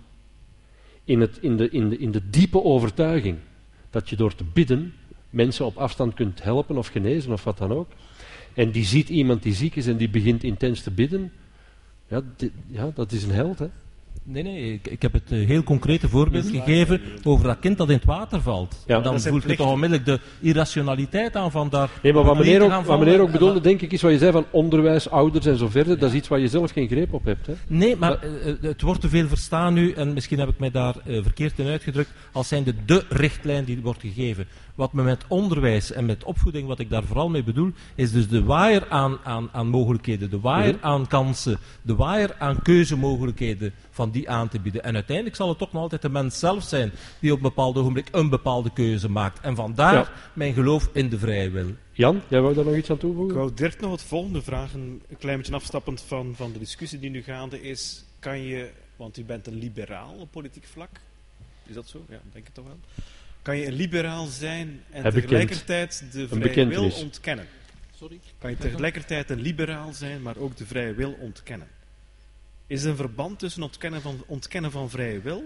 in, het, in, de, in, de, in de diepe overtuiging dat je door te bidden mensen op afstand kunt helpen of genezen of wat dan ook. En die ziet iemand die ziek is en die begint intens te bidden. Ja, die, ja dat is een held, hè. Nee, nee, ik, ik heb het uh, heel concrete voorbeeld gegeven over dat kind dat in het water valt. Ja, dan voelt je toch onmiddellijk de irrationaliteit aan van daar... Nee, maar wat meneer ook, wat meneer ook bedoelde, denk ik, is wat je zei van onderwijs, ouders en zo verder. Ja. Dat is iets waar je zelf geen greep op hebt, hè. Nee, maar uh, het wordt te veel verstaan nu, en misschien heb ik mij daar uh, verkeerd in uitgedrukt, als zijnde de richtlijn die wordt gegeven. Wat me met onderwijs en met opvoeding, wat ik daar vooral mee bedoel, is dus de waaier aan, aan, aan mogelijkheden, de waaier mm-hmm. aan kansen, de waaier aan keuzemogelijkheden van die aan te bieden. En uiteindelijk zal het toch nog altijd de mens zelf zijn die op een bepaald ogenblik een bepaalde keuze maakt. En vandaar ja. mijn geloof in de vrije wil. Jan, jij wou daar nog iets aan toevoegen? Ik wou Dirk nog het volgende vragen, een klein beetje afstappend van, van de discussie die nu gaande is. Kan je Want u bent een liberaal op politiek vlak. Is dat zo? Ja, denk ik toch wel. Kan je een liberaal zijn en Heb tegelijkertijd de vrije bekentenis. wil ontkennen? Sorry? Kan je tegelijkertijd een liberaal zijn, maar ook de vrije wil ontkennen? Is er een verband tussen ontkennen van, ontkennen van vrije wil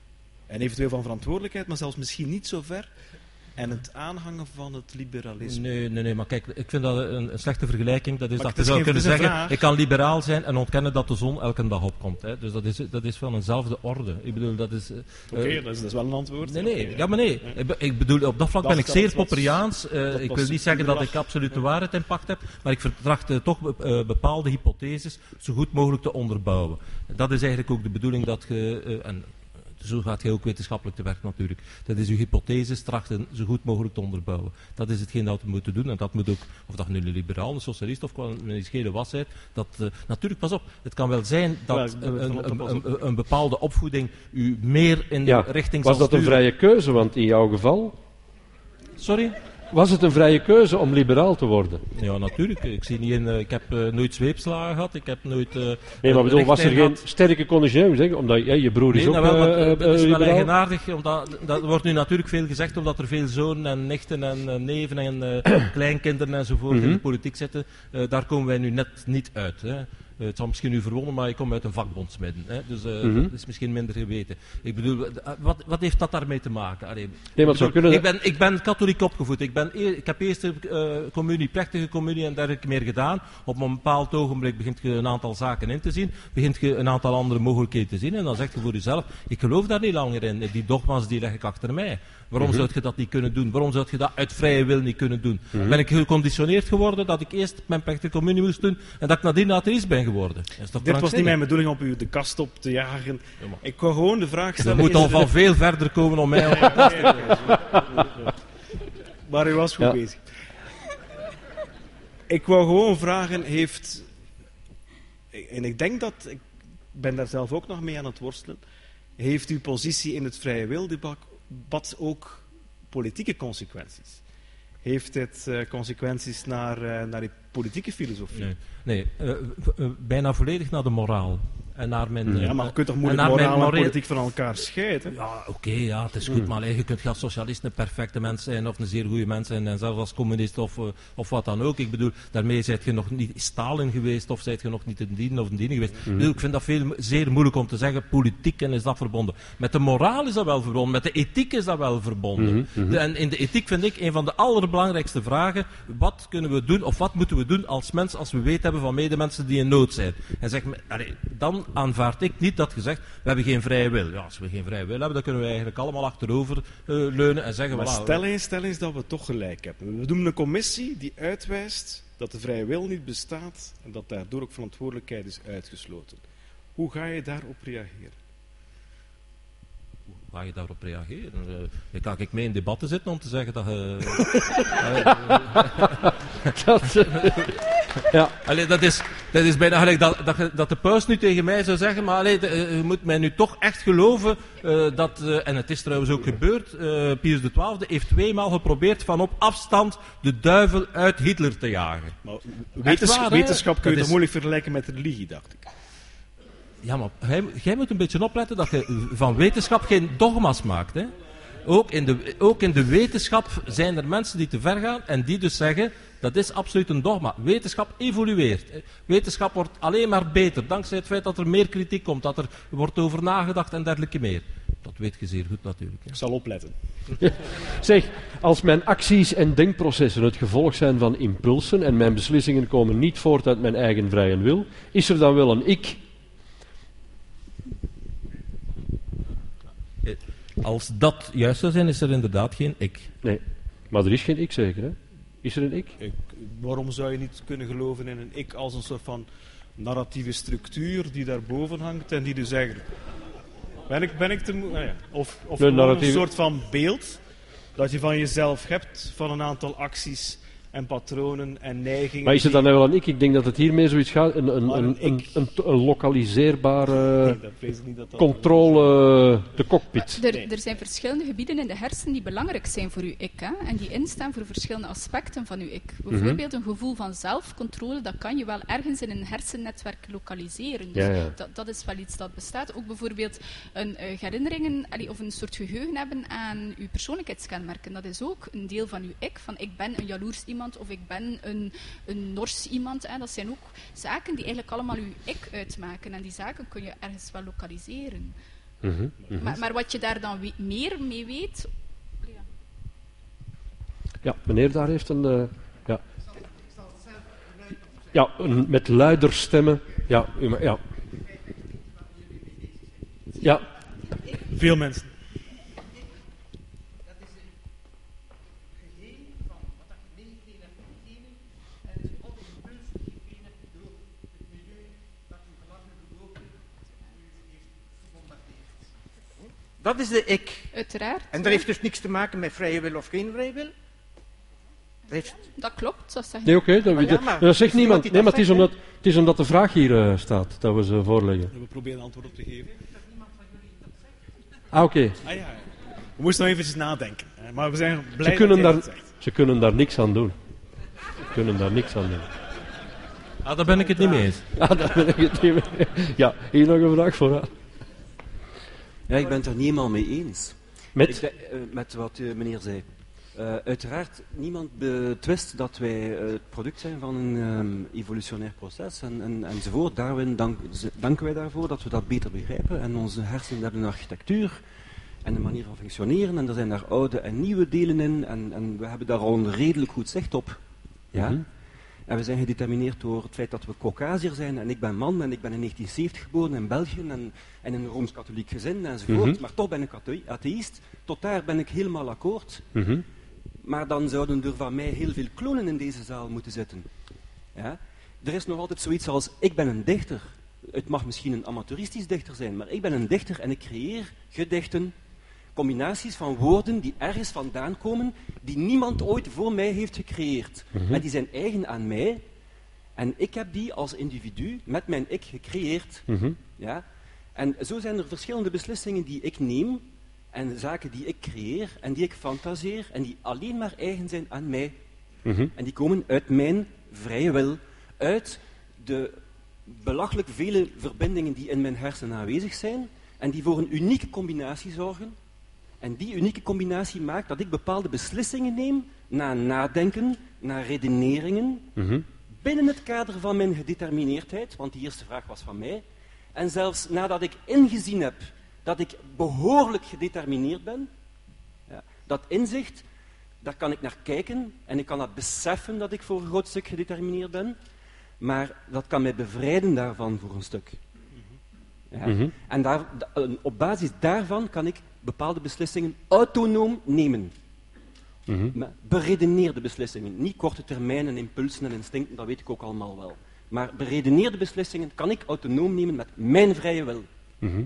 en eventueel van verantwoordelijkheid, maar zelfs misschien niet zo ver, en het aanhangen van het liberalisme? Nee, nee, nee, maar kijk, ik vind dat een, een slechte vergelijking. Dat is Maar dat het je is zou geen- kunnen het is een zeggen, vraag. ik kan liberaal zijn en ontkennen dat de zon elke dag opkomt. Hè. Dus dat is, dat is van eenzelfde orde. Ik bedoel, dat is... eh, Oké, eh, dat, is, dat is wel een antwoord. Nee, nee, Oké, ja, maar nee. Ik be- Ik bedoel, op dat vlak Dat ben ik is zeer wat- Popperiaans. Eh, dat ik was wil niet zeggen dat superlach. ik absoluut de waarheid in pacht heb, maar ik vertracht eh, toch be- eh, bepaalde hypotheses zo goed mogelijk te onderbouwen. Dat is eigenlijk ook de bedoeling dat je... eh, en zo gaat je ook wetenschappelijk te werk natuurlijk. Dat is uw hypotheses trachten zo goed mogelijk te onderbouwen. Dat is hetgeen dat we moeten doen. En dat moet ook, of dat je nu een liberaal, een socialist of een schele was bent, dat uh, natuurlijk, pas op, het kan wel zijn dat Ja, ik ben het een, van een, op, een, pas op. een bepaalde opvoeding u meer in Ja, de richting was zal dat een sturen. vrije keuze? Want in jouw geval Sorry? was het een vrije keuze om liberaal te worden. Ja, natuurlijk. Ik zie niet in, uh, ik heb uh, nooit zweepslagen gehad. Ik heb nooit. Uh, Nee, maar bedoel, was er richtlijn geen gehad. sterke conditionering? Zeg, omdat ja, je broer is Nee, ook nou wel, eh, maar eh, dat is wel liberaal. eigenaardig, omdat dat wordt nu natuurlijk veel gezegd, omdat er veel zonen en nichten en uh, neven en uh, kleinkinderen enzovoort Mhm. in de politiek zitten. Uh, daar komen wij nu net niet uit. Hè. Uh, het zal misschien u verwonderen, maar ik kom uit een vakbondsmidden. Hè. Dus uh, Mhm. dat is misschien minder geweten. Ik bedoel, uh, wat, wat heeft dat daarmee te maken? Allee, Nee, maar het zou kunnen... ik, ben, ik ben katholiek opgevoed. Ik, ben, e- ik heb eerst de uh, communie, plechtige communie en dergelijke meer gedaan. Op een bepaald ogenblik begint je een aantal zaken in te zien. Begint je een aantal andere mogelijkheden te zien. En dan zeg je voor jezelf, ik geloof daar niet langer in. Die dogma's die leg ik achter mij. Waarom Mhm. zou je dat niet kunnen doen? Waarom zou je dat uit vrije wil niet kunnen doen? Mhm. Ben ik geconditioneerd geworden dat ik eerst mijn plechtige communie moest doen en dat ik nadien atheïst ben geworden? Dat is toch Dit was niet krankzinnig? mijn bedoeling om u de kast op te jagen. Ja, maar- Ik wou gewoon de vraag Je stellen... moet is al er- van veel verder komen om mij op Nee, nee, nee. Maar u was goed Ja. bezig. Ik wou gewoon vragen, heeft... En ik denk dat... Ik ben daar zelf ook nog mee aan het worstelen. Heeft uw positie in het vrije wildebat ook politieke consequenties? Heeft het eh, consequenties naar, eh, naar die politieke filosofie? Nee, nee uh, uh, bijna volledig naar de moraal. En naar mijn, uh, Ja, maar je kunt toch en moeilijk naar mijn moraal en moreel- politiek van elkaar scheiden? Ja, oké, okay, ja, het is goed, maar allee, je kunt als socialist een perfecte mens zijn of een zeer goede mens zijn en zelfs als communist of, uh, of wat dan ook. Ik bedoel, daarmee zijt je nog niet Stalin geweest of zijt je nog niet een dien of een dien geweest. Mm. Ik, bedoel, ik vind dat veel, zeer moeilijk om te zeggen, politiek en is dat verbonden. Met de moraal is dat wel verbonden, met de ethiek is dat wel verbonden. Mm-hmm, mm-hmm. De, en in de ethiek vind ik een van de allerbelangrijkste vragen, wat kunnen we doen of wat moeten we doen als mens als we weet hebben van medemensen die in nood zijn. En zeg, allee, dan aanvaard ik niet dat gezegd, we hebben geen vrije wil. Ja, als we geen vrije wil hebben, dan kunnen we eigenlijk allemaal achterover uh, leunen en zeggen... Maar voilà, stel eens, stel eens dat we toch gelijk hebben. We doen een commissie die uitwijst dat de vrije wil niet bestaat en dat daardoor ook verantwoordelijkheid is uitgesloten. Hoe ga je daarop reageren? Hoe ga je daarop reageren? Uh, dan kan ik mee in debatten zitten om te zeggen dat je... dat, uh, ja. Allee, dat, is, dat is bijna gelijk dat, dat, je, dat de paus nu tegen mij zou zeggen, maar allee, de, je moet mij nu toch echt geloven uh, dat, uh, en het is trouwens ook gebeurd, uh, Pius de twaalfde heeft tweemaal geprobeerd van op afstand de duivel uit Hitler te jagen. Maar wetens waar, wetenschap kun je dat toch is... moeilijk vergelijken met religie, dacht ik. Ja, maar jij, jij moet een beetje opletten dat je van wetenschap geen dogma's maakt. Hè? Ook, in de, ook in de wetenschap zijn er mensen die te ver gaan en die dus zeggen, dat is absoluut een dogma. Wetenschap evolueert. Wetenschap wordt alleen maar beter, dankzij het feit dat er meer kritiek komt, dat er wordt over nagedacht en dergelijke meer. Dat weet je zeer goed natuurlijk. Hè? Ik zal opletten. Zeg, als mijn acties en denkprocessen het gevolg zijn van impulsen en mijn beslissingen komen niet voort uit mijn eigen vrije wil, is er dan wel een ik? Als dat juist zou zijn, is er inderdaad geen ik. Nee, maar er is geen ik zeker, hè? Is er een ik? ik? Waarom zou je niet kunnen geloven in een ik als een soort van narratieve structuur die daarboven hangt en die dus eigenlijk... Ben ik, ben ik te moe... Ah ja. Of, of Nee, gewoon narratieve... een soort van beeld dat je van jezelf hebt, van een aantal acties en patronen en neigingen. Maar is het dan die... wel aan ik? Ik denk dat het hiermee zoiets gaat, een, een, Maar een, een een, ik- een, een lokaliseerbare Nee, dat weet ik niet dat dat controle, de cockpit. Er, Nee. er zijn verschillende gebieden in de hersenen die belangrijk zijn voor uw ik. Hè? En die instaan voor verschillende aspecten van uw ik. Bijvoorbeeld een gevoel van zelfcontrole, dat kan je wel ergens in een hersennetwerk lokaliseren. Dus Ja, ja. Dat, dat is wel iets dat bestaat. Ook bijvoorbeeld een uh, herinneringen allee, of een soort geheugen hebben aan uw persoonlijkheidskenmerken. Dat is ook een deel van uw ik. Van ik ben een jaloers iemand of ik ben een, een nors iemand. Hè. Dat zijn ook zaken die eigenlijk allemaal uw ik uitmaken. En die zaken kun je ergens wel lokaliseren. Mhm, mhm. Maar, maar wat je daar dan we- meer mee weet... Ja. Ja, meneer daar heeft een... Uh, ja. Ja, een, met luider stemmen. Ja, u ma- ja. Ja, Veel mensen. Dat is de ik. Uiteraard. En dat heeft dus niks te maken met vrije wil of geen vrije wil. Dat heeft... Dat klopt, dat zeg nee, oké. Okay, dat, Maar ja, dat- maar dat zegt is niemand niemand. die Nee, dat maar het is, zegt, omdat, het is omdat de vraag hier uh, staat, dat we ze voorleggen. We proberen een antwoord op te geven. Ah, oké. Okay. Ah, ja, ja. We moesten nog even nadenken. hè. Maar we zijn blij Ze kunnen, dat jij daar, het zegt. ze kunnen daar niks aan doen. Ze kunnen daar niks aan doen. Ah, daar ben ik het niet mee eens. Ah, daar ben ik het niet mee. Ja, hier nog een vraag voor. Ja, ik ben het er niet helemaal mee eens. Met? Ik denk, eh, met wat uh, meneer zei. Uh, uiteraard, niemand betwist dat wij uh, het product zijn van een um, evolutionair proces en, en, enzovoort. Daarin dank, danken wij daarvoor dat we dat beter begrijpen. En onze hersenen hebben een architectuur en een manier van functioneren. En er zijn daar oude en nieuwe delen in. En, en we hebben daar al een redelijk goed zicht op. Ja? Mm-hmm. En we zijn gedetermineerd door het feit dat we Caucasiër zijn. En ik ben man en ik ben in negentien zeventig geboren in België en, en in een Rooms-Katholiek gezin enzovoort. Mm-hmm. Maar toch ben ik athe- atheïst. Tot daar ben ik helemaal akkoord. Mm-hmm. Maar dan zouden er van mij heel veel klonen in deze zaal moeten zitten. Ja? Er is nog altijd zoiets als, ik ben een dichter. Het mag misschien een amateuristisch dichter zijn, maar ik ben een dichter en ik creëer gedichten, combinaties van woorden die ergens vandaan komen, die niemand ooit voor mij heeft gecreëerd. Mm-hmm. En die zijn eigen aan mij. En ik heb die als individu met mijn ik gecreëerd. Mm-hmm. Ja? En zo zijn er verschillende beslissingen die ik neem, en zaken die ik creëer en die ik fantaseer en die alleen maar eigen zijn aan mij. Mm-hmm. En die komen uit mijn vrije wil, uit de belachelijk vele verbindingen die in mijn hersenen aanwezig zijn en die voor een unieke combinatie zorgen. En die unieke combinatie maakt dat ik bepaalde beslissingen neem na nadenken, na redeneringen, Mm-hmm. binnen het kader van mijn gedetermineerdheid, want die eerste vraag was van mij, en zelfs nadat ik ingezien heb dat ik behoorlijk gedetermineerd ben, ja, dat inzicht, daar kan ik naar kijken en ik kan dat beseffen dat ik voor een groot stuk gedetermineerd ben, maar dat kan mij bevrijden daarvan voor een stuk. Ja. Mm-hmm. En daar, op basis daarvan kan ik bepaalde beslissingen autonoom nemen. Mm-hmm. Maar beredeneerde beslissingen, niet korte termijn en impulsen en instincten, dat weet ik ook allemaal wel. Maar beredeneerde beslissingen kan ik autonoom nemen met mijn vrije wil. Mm-hmm.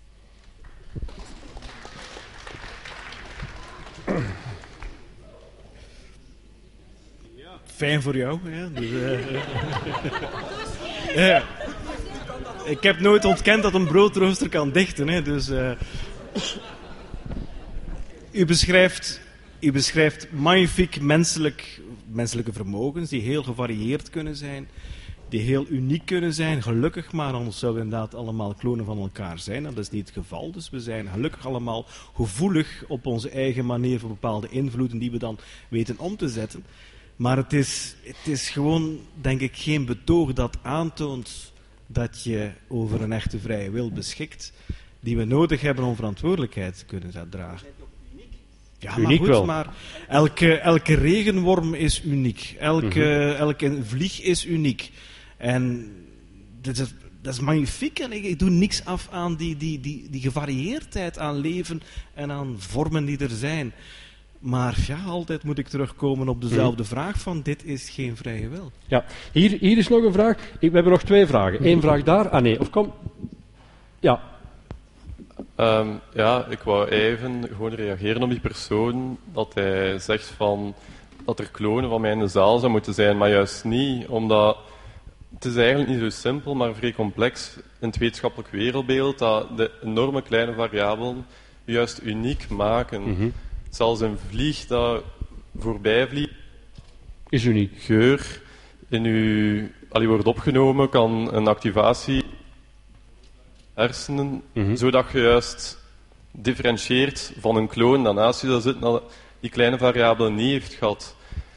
Fijn voor jou. Ja. Dus, uh, ja. Ik heb nooit ontkend dat een broodrooster kan dichten. Hè. Dus, uh, u, beschrijft, u beschrijft magnifiek menselijk, menselijke vermogens die heel gevarieerd kunnen zijn, die heel uniek kunnen zijn. Gelukkig maar, anders zouden we inderdaad allemaal klonen van elkaar zijn. Dat is niet het geval. Dus we zijn gelukkig allemaal gevoelig op onze eigen manier voor bepaalde invloeden die we dan weten om te zetten. Maar het is, het is gewoon, denk ik, geen betoog dat aantoont dat je over een echte vrije wil beschikt, die we nodig hebben om verantwoordelijkheid te kunnen dragen. Ja, maar Uniek goed, wel. maar elke, elke regenworm is uniek. Elke, Mm-hmm. elke vlieg is uniek. En dat is, dat is magnifiek. En ik, ik doe niks af aan die, die, die, die gevarieerdheid aan leven en aan vormen die er zijn. Maar ja, altijd moet ik terugkomen op dezelfde vraag van dit is geen vrije wil. Ja, hier, hier is nog een vraag. Ik, we hebben nog twee vragen. Eén vraag daar. Ah nee, of kom. Ja. Um, ja, ik wou even gewoon reageren op die persoon dat hij zegt van dat er klonen van mij in de zaal zou moeten zijn, maar juist niet, omdat het is eigenlijk niet zo simpel, maar vrij complex in het wetenschappelijk wereldbeeld, dat de enorme kleine variabelen juist uniek maken. Mm-hmm. Zelfs een vlieg dat voorbij vliegt, is uniek. Geur in uw, allee, wordt opgenomen, kan een activatie hersenen, mm-hmm. zodat je juist differentieert van een kloon dat naast je dat zit, dat die kleine variabelen niet heeft gehad.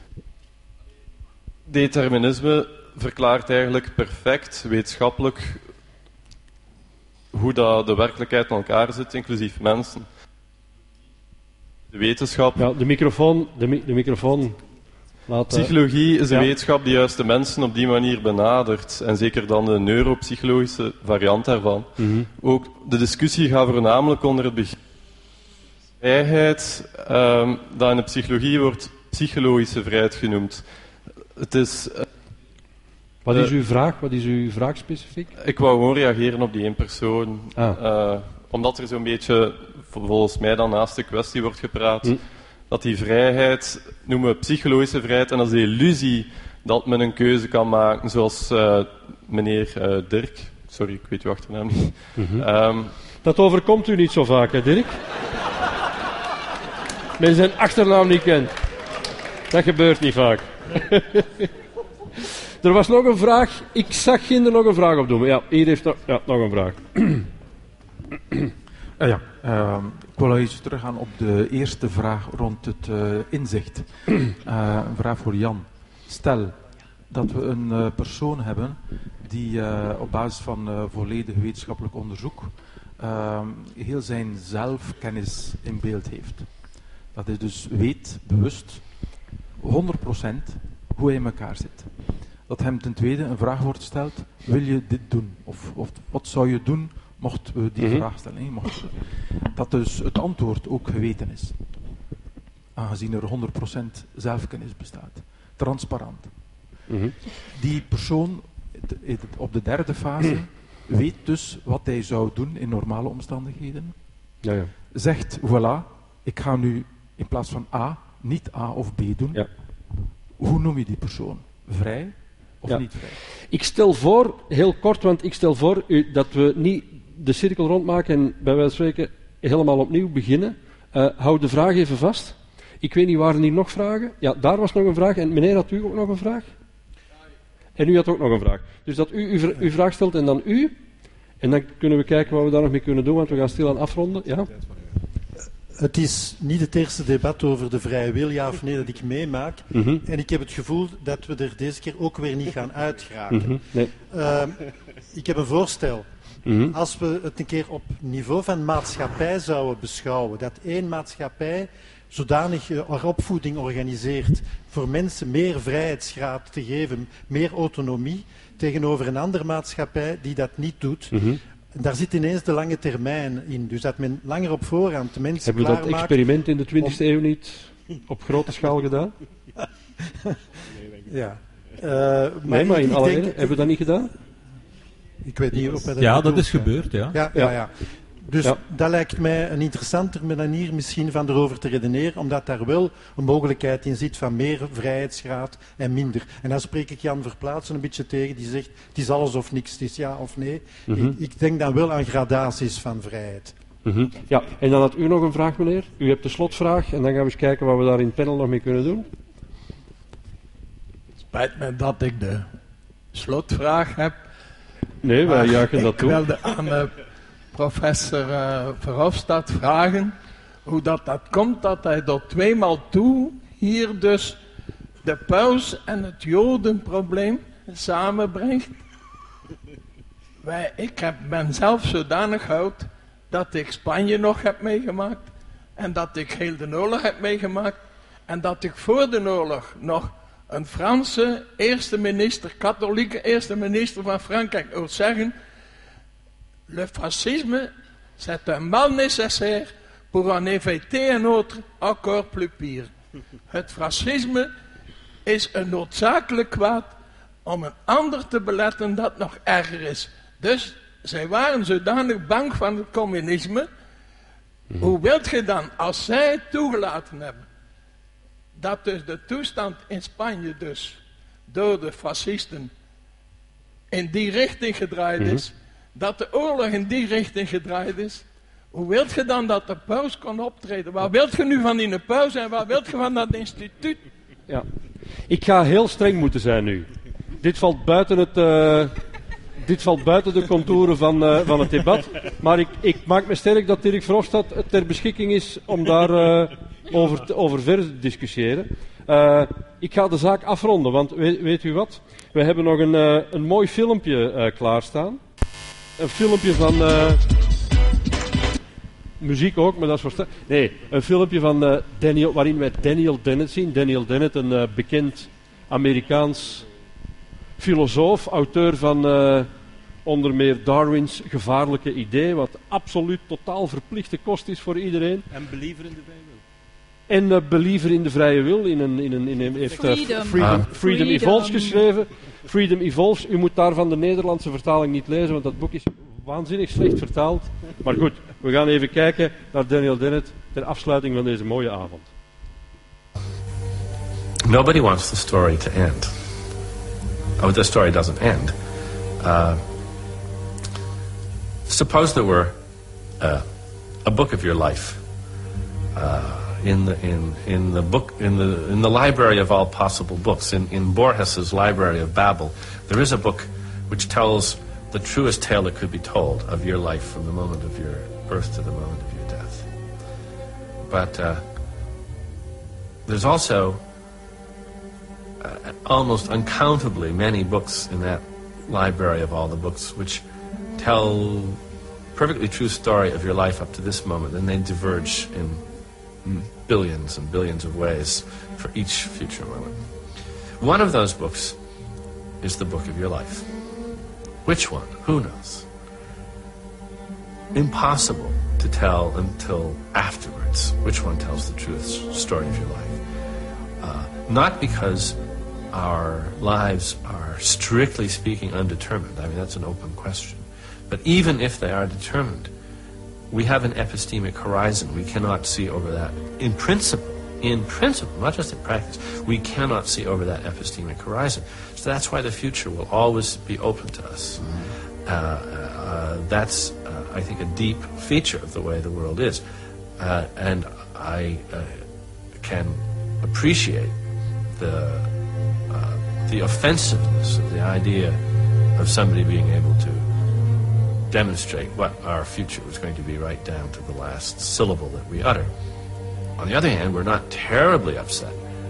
Determinisme verklaart eigenlijk perfect, wetenschappelijk, hoe dat de werkelijkheid in elkaar zit, inclusief mensen. De wetenschap... Ja, de microfoon... De, mi- de microfoon laat, Psychologie is een ja. wetenschap die juist de mensen op die manier benadert. En zeker dan de neuropsychologische variant daarvan. Mm-hmm. Ook de discussie gaat voornamelijk onder het begrip vrijheid, um, dat in de psychologie wordt psychologische vrijheid genoemd. Het is... Uh, Wat is uw vraag? Wat is uw vraag specifiek? Ik wou gewoon reageren op die één persoon. Ah. Uh, omdat er zo'n beetje, volgens mij dan naast de kwestie wordt gepraat, hm. dat die vrijheid, noemen we psychologische vrijheid, en dat is de illusie dat men een keuze kan maken, zoals uh, meneer uh, Dirk, sorry, ik weet uw achternaam niet. Mm-hmm. Um, dat overkomt u niet zo vaak, hè Dirk? Men zijn achternaam niet kent. Dat gebeurt niet vaak. Er was nog een vraag. Ik zag Ginder nog een vraag opdoen. Ja, hier heeft nog, ja, nog een vraag. uh, ja, uh, ik wil eens teruggaan op de eerste vraag rond het uh, inzicht. Uh, een vraag voor Jan. Stel dat we een uh, persoon hebben die uh, op basis van uh, volledig wetenschappelijk onderzoek uh, heel zijn zelfkennis in beeld heeft. Dat hij dus weet, bewust, honderd procent hoe hij in elkaar zit. Dat hem ten tweede een vraag wordt gesteld, wil je dit doen? Of, of wat zou je doen mocht we die mm-hmm. vraag stellen? Mocht, dat dus het antwoord ook geweten is. Aangezien er honderd procent zelfkennis bestaat. Transparant. Mm-hmm. Die persoon op de derde fase weet dus wat hij zou doen in normale omstandigheden. Ja, ja. Zegt, voilà, ik ga nu in plaats van A, niet A of B doen. Ja. Hoe noem je die persoon? Vrij of ja. niet vrij? Ik stel voor, heel kort, want ik stel voor u, dat we niet de cirkel rondmaken en bij wijze van spreken helemaal opnieuw beginnen. Uh, hou de vraag even vast. Ik weet niet, waren hier nog vragen? Ja, daar was nog een vraag. En meneer, had u ook nog een vraag? En u had ook nog een vraag. Dus dat u uw, uw vraag stelt en dan u. En dan kunnen we kijken wat we daar nog mee kunnen doen, want we gaan stilaan afronden. Ja? Het is niet het eerste debat over de vrije wil, ja of nee, dat ik meemaak. Mm-hmm. En ik heb het gevoel dat we er deze keer ook weer niet gaan uitgeraken. Mm-hmm. Nee. Uh, ik heb een voorstel. Mm-hmm. Als we het een keer op niveau van maatschappij zouden beschouwen, dat één maatschappij zodanig uh, opvoeding organiseert voor mensen meer vrijheidsgraad te geven, meer autonomie, tegenover een andere maatschappij die dat niet doet. Mm-hmm. Daar zit ineens de lange termijn in. Dus dat men langer op voorhand de mensen Hebben we dat klaarmaakt experiment in de twintigste om... eeuw niet op grote schaal gedaan? Ja. Uh, maar nee, maar in ik alle denk... Hebben we dat niet gedaan? Ik weet niet of dat Ja, bedoelt, dat is gebeurd, ja. Ja, ja, ja. Dus ja. dat lijkt mij een interessanter manier misschien van erover te redeneren, omdat daar wel een mogelijkheid in zit van meer vrijheidsgraad en minder. En dan spreek ik Jan Verplaatsen een beetje tegen, die zegt het is alles of niks, het is ja of nee. Mm-hmm. ik, ik denk dan wel aan gradaties van vrijheid. Mm-hmm. Ja, en dan had u nog een vraag, meneer. U hebt de slotvraag en dan gaan we eens kijken wat we daar in het panel nog mee kunnen doen. Spijt me dat ik de slotvraag heb. Nee, wij juichen dat toe. Ik wilde aan uh, professor uh, Verhofstadt vragen hoe dat, dat komt dat hij tot tweemaal toe hier dus de paus en het jodenprobleem samenbrengt. Wij, ik heb, ben zelf zodanig oud dat ik Spanje nog heb meegemaakt en dat ik heel de oorlog heb meegemaakt en dat ik voor de oorlog nog een Franse eerste minister, katholieke eerste minister van Frankrijk hoort zeggen: le fascisme, c'est un mal nécessaire pour en éviter un autre encore plus pire. Het fascisme is een noodzakelijk kwaad om een ander te beletten dat nog erger is. Dus zij waren zodanig bang van het communisme. Mm-hmm. Hoe wilt je dan, als zij het toegelaten hebben, dat dus de toestand in Spanje dus door de fascisten in die richting gedraaid is, mm-hmm. dat de oorlog in die richting gedraaid is, hoe wilt je dan dat de paus kon optreden? Wat wilt je nu van die paus en wat wilt je van dat instituut? Ja, ik ga heel streng moeten zijn nu. Dit valt buiten het... Uh... Dit valt buiten de contouren van, uh, van het debat. Maar ik, ik maak me sterk dat Dirk Verhofstadt ter beschikking is om daar uh, over, te, over verder te discussiëren. Uh, ik ga de zaak afronden, want weet, weet u wat? We hebben nog een, uh, een mooi filmpje uh, klaarstaan. Een filmpje van... Uh, muziek ook, maar dat is voor... sta- nee, een filmpje van uh, Daniel, waarin wij Daniel Dennett zien. Daniel Dennett, een uh, bekend Amerikaans... filosoof, auteur van uh, onder meer Darwins gevaarlijke idee, wat absoluut totaal verplichte kost is voor iedereen. En believer in de vrije wil. En uh, believer in de vrije wil. In een, in een, in een, heeft uh, Freedom, Freedom, ah. Freedom, Freedom Evolves geschreven. Freedom Evolves. U moet daarvan de Nederlandse vertaling niet lezen, want dat boek is waanzinnig slecht vertaald. Maar goed, we gaan even kijken naar Daniel Dennett ter afsluiting van deze mooie avond. Nobody wants the story to end. Oh, the story doesn't end. Uh, suppose there were uh, a book of your life uh, in the in in the book in the in the library of all possible books. In in Borges's Library of Babel, there is a book which tells the truest tale that could be told of your life from the moment of your birth to the moment of your death. But uh, there's also Uh, almost uncountably many books in that library of all the books which tell perfectly true story of your life up to this moment, and they diverge in billions and billions of ways for each future moment. One of those books is the book of your life. Which one? Who knows? Impossible to tell until afterwards which one tells the truest story of your life. Uh, not because our lives are, strictly speaking, undetermined. I mean, that's an open question. But even if they are determined, we have an epistemic horizon. We cannot see over that. In principle, in principle, not just in practice, we cannot see over that epistemic horizon. So that's why the future will always be open to us. Uh, uh, that's, uh, I think, a deep feature of the way the world is. Uh, and I uh, can appreciate the uh, the offensiveness of the idea of somebody being able to demonstrate what our future was going to be right down to the last syllable that we utter. On the other hand, we're not terribly upset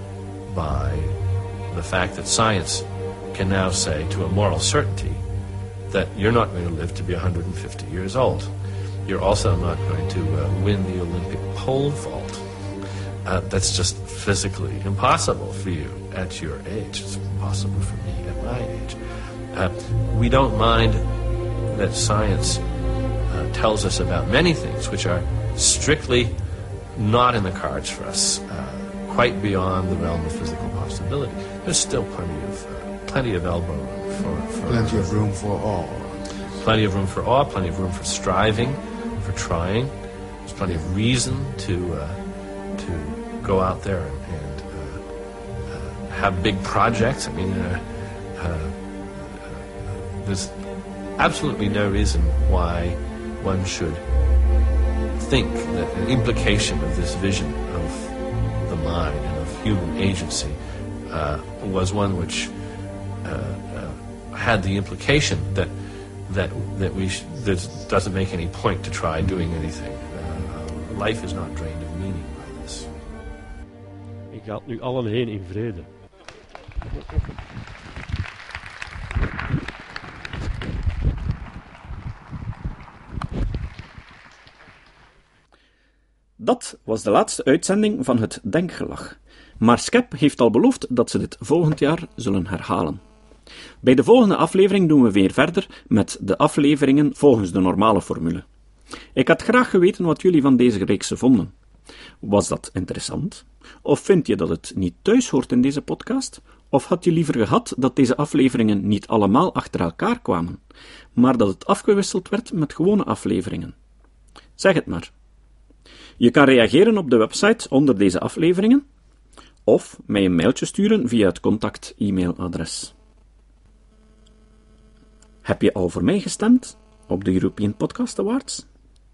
by the fact that science can now say to a moral certainty that you're not going to live to be one hundred fifty years old. You're also not going to uh, win the Olympic pole vault. Uh, that's just physically impossible for you at your age. It's impossible for me at my age. Uh, we don't mind that science uh, tells us about many things which are strictly not in the cards for us, uh, quite beyond the realm of physical possibility. There's still plenty of uh, plenty of elbow room for, for plenty of room for all. Plenty of room for awe, plenty of room for striving, for trying. There's plenty of reason to uh, to go out there and, and uh, uh, have big projects. I mean, uh, uh, uh, there's absolutely no reason why one should think that an implication of this vision of the mind and of human agency uh, was one which uh, uh, had the implication that that that we sh- that doesn't make any point to try doing anything. Uh, life is not drained of meaning by this. Ik ga nu allen heen in vrede. Dat was de laatste uitzending van het Denkgelag. Maar Skep heeft al beloofd dat ze dit volgend jaar zullen herhalen. Bij de volgende aflevering doen we weer verder met de afleveringen volgens de normale formule. Ik had graag geweten wat jullie van deze reeks vonden. Was dat interessant? Of vind je dat het niet thuis hoort in deze podcast? Of had je liever gehad dat deze afleveringen niet allemaal achter elkaar kwamen, maar dat het afgewisseld werd met gewone afleveringen? Zeg het maar. Je kan reageren op de website onder deze afleveringen, of mij een mailtje sturen via het contact-e-mailadres. Heb je al voor mij gestemd op de European Podcast Awards?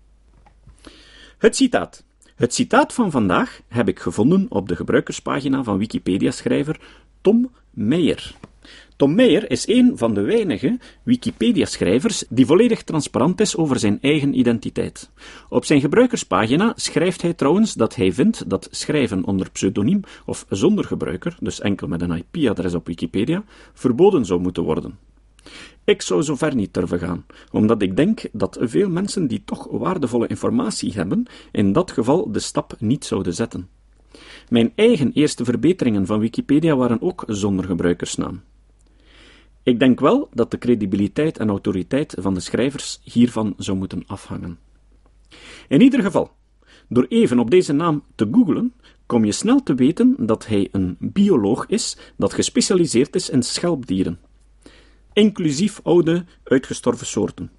Het citaat. Het citaat van vandaag heb ik gevonden op de gebruikerspagina van Wikipedia-schrijver Tom Meijer. Tom Meijer is een van de weinige Wikipedia-schrijvers die volledig transparant is over zijn eigen identiteit. Op zijn gebruikerspagina schrijft hij trouwens dat hij vindt dat schrijven onder pseudoniem of zonder gebruiker, dus enkel met een I P-adres op Wikipedia, verboden zou moeten worden. Ik zou zo ver niet durven gaan, omdat ik denk dat veel mensen die toch waardevolle informatie hebben, in dat geval de stap niet zouden zetten. Mijn eigen eerste verbeteringen van Wikipedia waren ook zonder gebruikersnaam. Ik denk wel dat de credibiliteit en autoriteit van de schrijvers hiervan zou moeten afhangen. In ieder geval, door even op deze naam te googlen, kom je snel te weten dat hij een bioloog is dat gespecialiseerd is in schelpdieren, inclusief oude, uitgestorven soorten.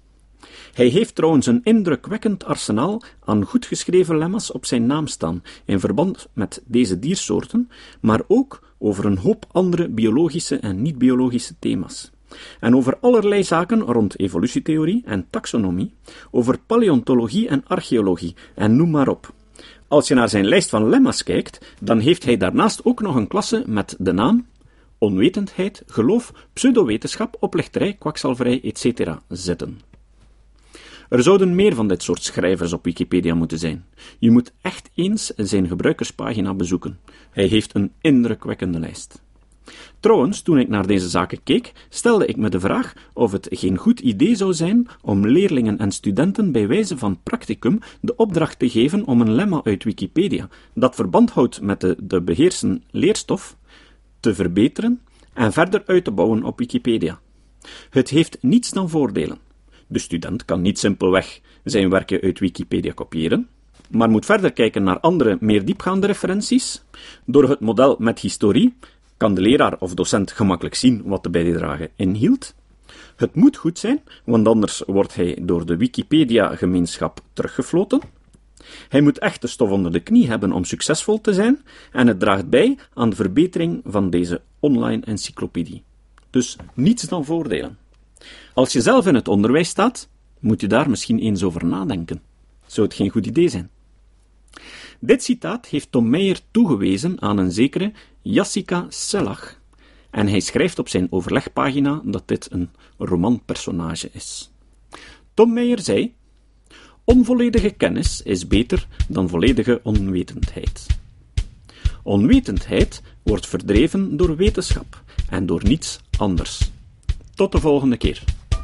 Hij heeft trouwens een indrukwekkend arsenaal aan goed geschreven lemma's op zijn naam staan, in verband met deze diersoorten, maar ook over een hoop andere biologische en niet-biologische thema's. En over allerlei zaken rond evolutietheorie en taxonomie, over paleontologie en archeologie, en noem maar op. Als je naar zijn lijst van lemma's kijkt, dan heeft hij daarnaast ook nog een klasse met de naam onwetendheid, geloof, pseudowetenschap, oplichterij, kwakzalverij, et cetera zitten. Er zouden meer van dit soort schrijvers op Wikipedia moeten zijn. Je moet echt eens zijn gebruikerspagina bezoeken. Hij heeft een indrukwekkende lijst. Trouwens, toen ik naar deze zaken keek, stelde ik me de vraag of het geen goed idee zou zijn om leerlingen en studenten bij wijze van practicum de opdracht te geven om een lemma uit Wikipedia, dat verband houdt met de, de beheersen leerstof, te verbeteren en verder uit te bouwen op Wikipedia. Het heeft niets dan voordelen. De student kan niet simpelweg zijn werken uit Wikipedia kopiëren, maar moet verder kijken naar andere, meer diepgaande referenties. Door het model met historie kan de leraar of docent gemakkelijk zien wat de bijdrage inhield. Het moet goed zijn, want anders wordt hij door de Wikipedia-gemeenschap teruggefloten. Hij moet echt de stof onder de knie hebben om succesvol te zijn, en het draagt bij aan de verbetering van deze online encyclopedie. Dus niets dan voordelen. Als je zelf in het onderwijs staat, moet je daar misschien eens over nadenken. Zou het geen goed idee zijn? Dit citaat heeft Tom Meijer toegewezen aan een zekere Jessica Sellach, en hij schrijft op zijn overlegpagina dat dit een romanpersonage is. Tom Meijer zei: onvolledige kennis is beter dan volledige onwetendheid. Onwetendheid wordt verdreven door wetenschap en door niets anders. Tot de volgende keer.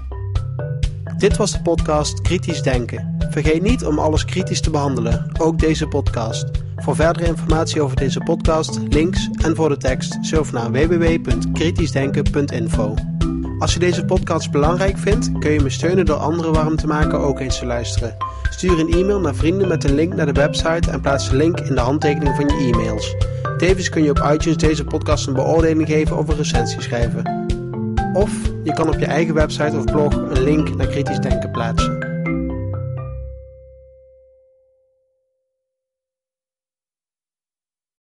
Dit was de podcast Kritisch Denken. Vergeet niet om alles kritisch te behandelen, ook deze podcast. Voor verdere informatie over deze podcast, links en voor de tekst, surf naar w w w punt kritisch denken punt info. Als je deze podcast belangrijk vindt, kun je me steunen door anderen warm te maken ook eens te luisteren. Stuur een e-mail naar vrienden met een link naar de website en plaats de link in de handtekening van je e-mails. Tevens kun je op iTunes deze podcast een beoordeling geven of een recensie schrijven. Of je kan op je eigen website of blog een link naar Kritisch Denken plaatsen.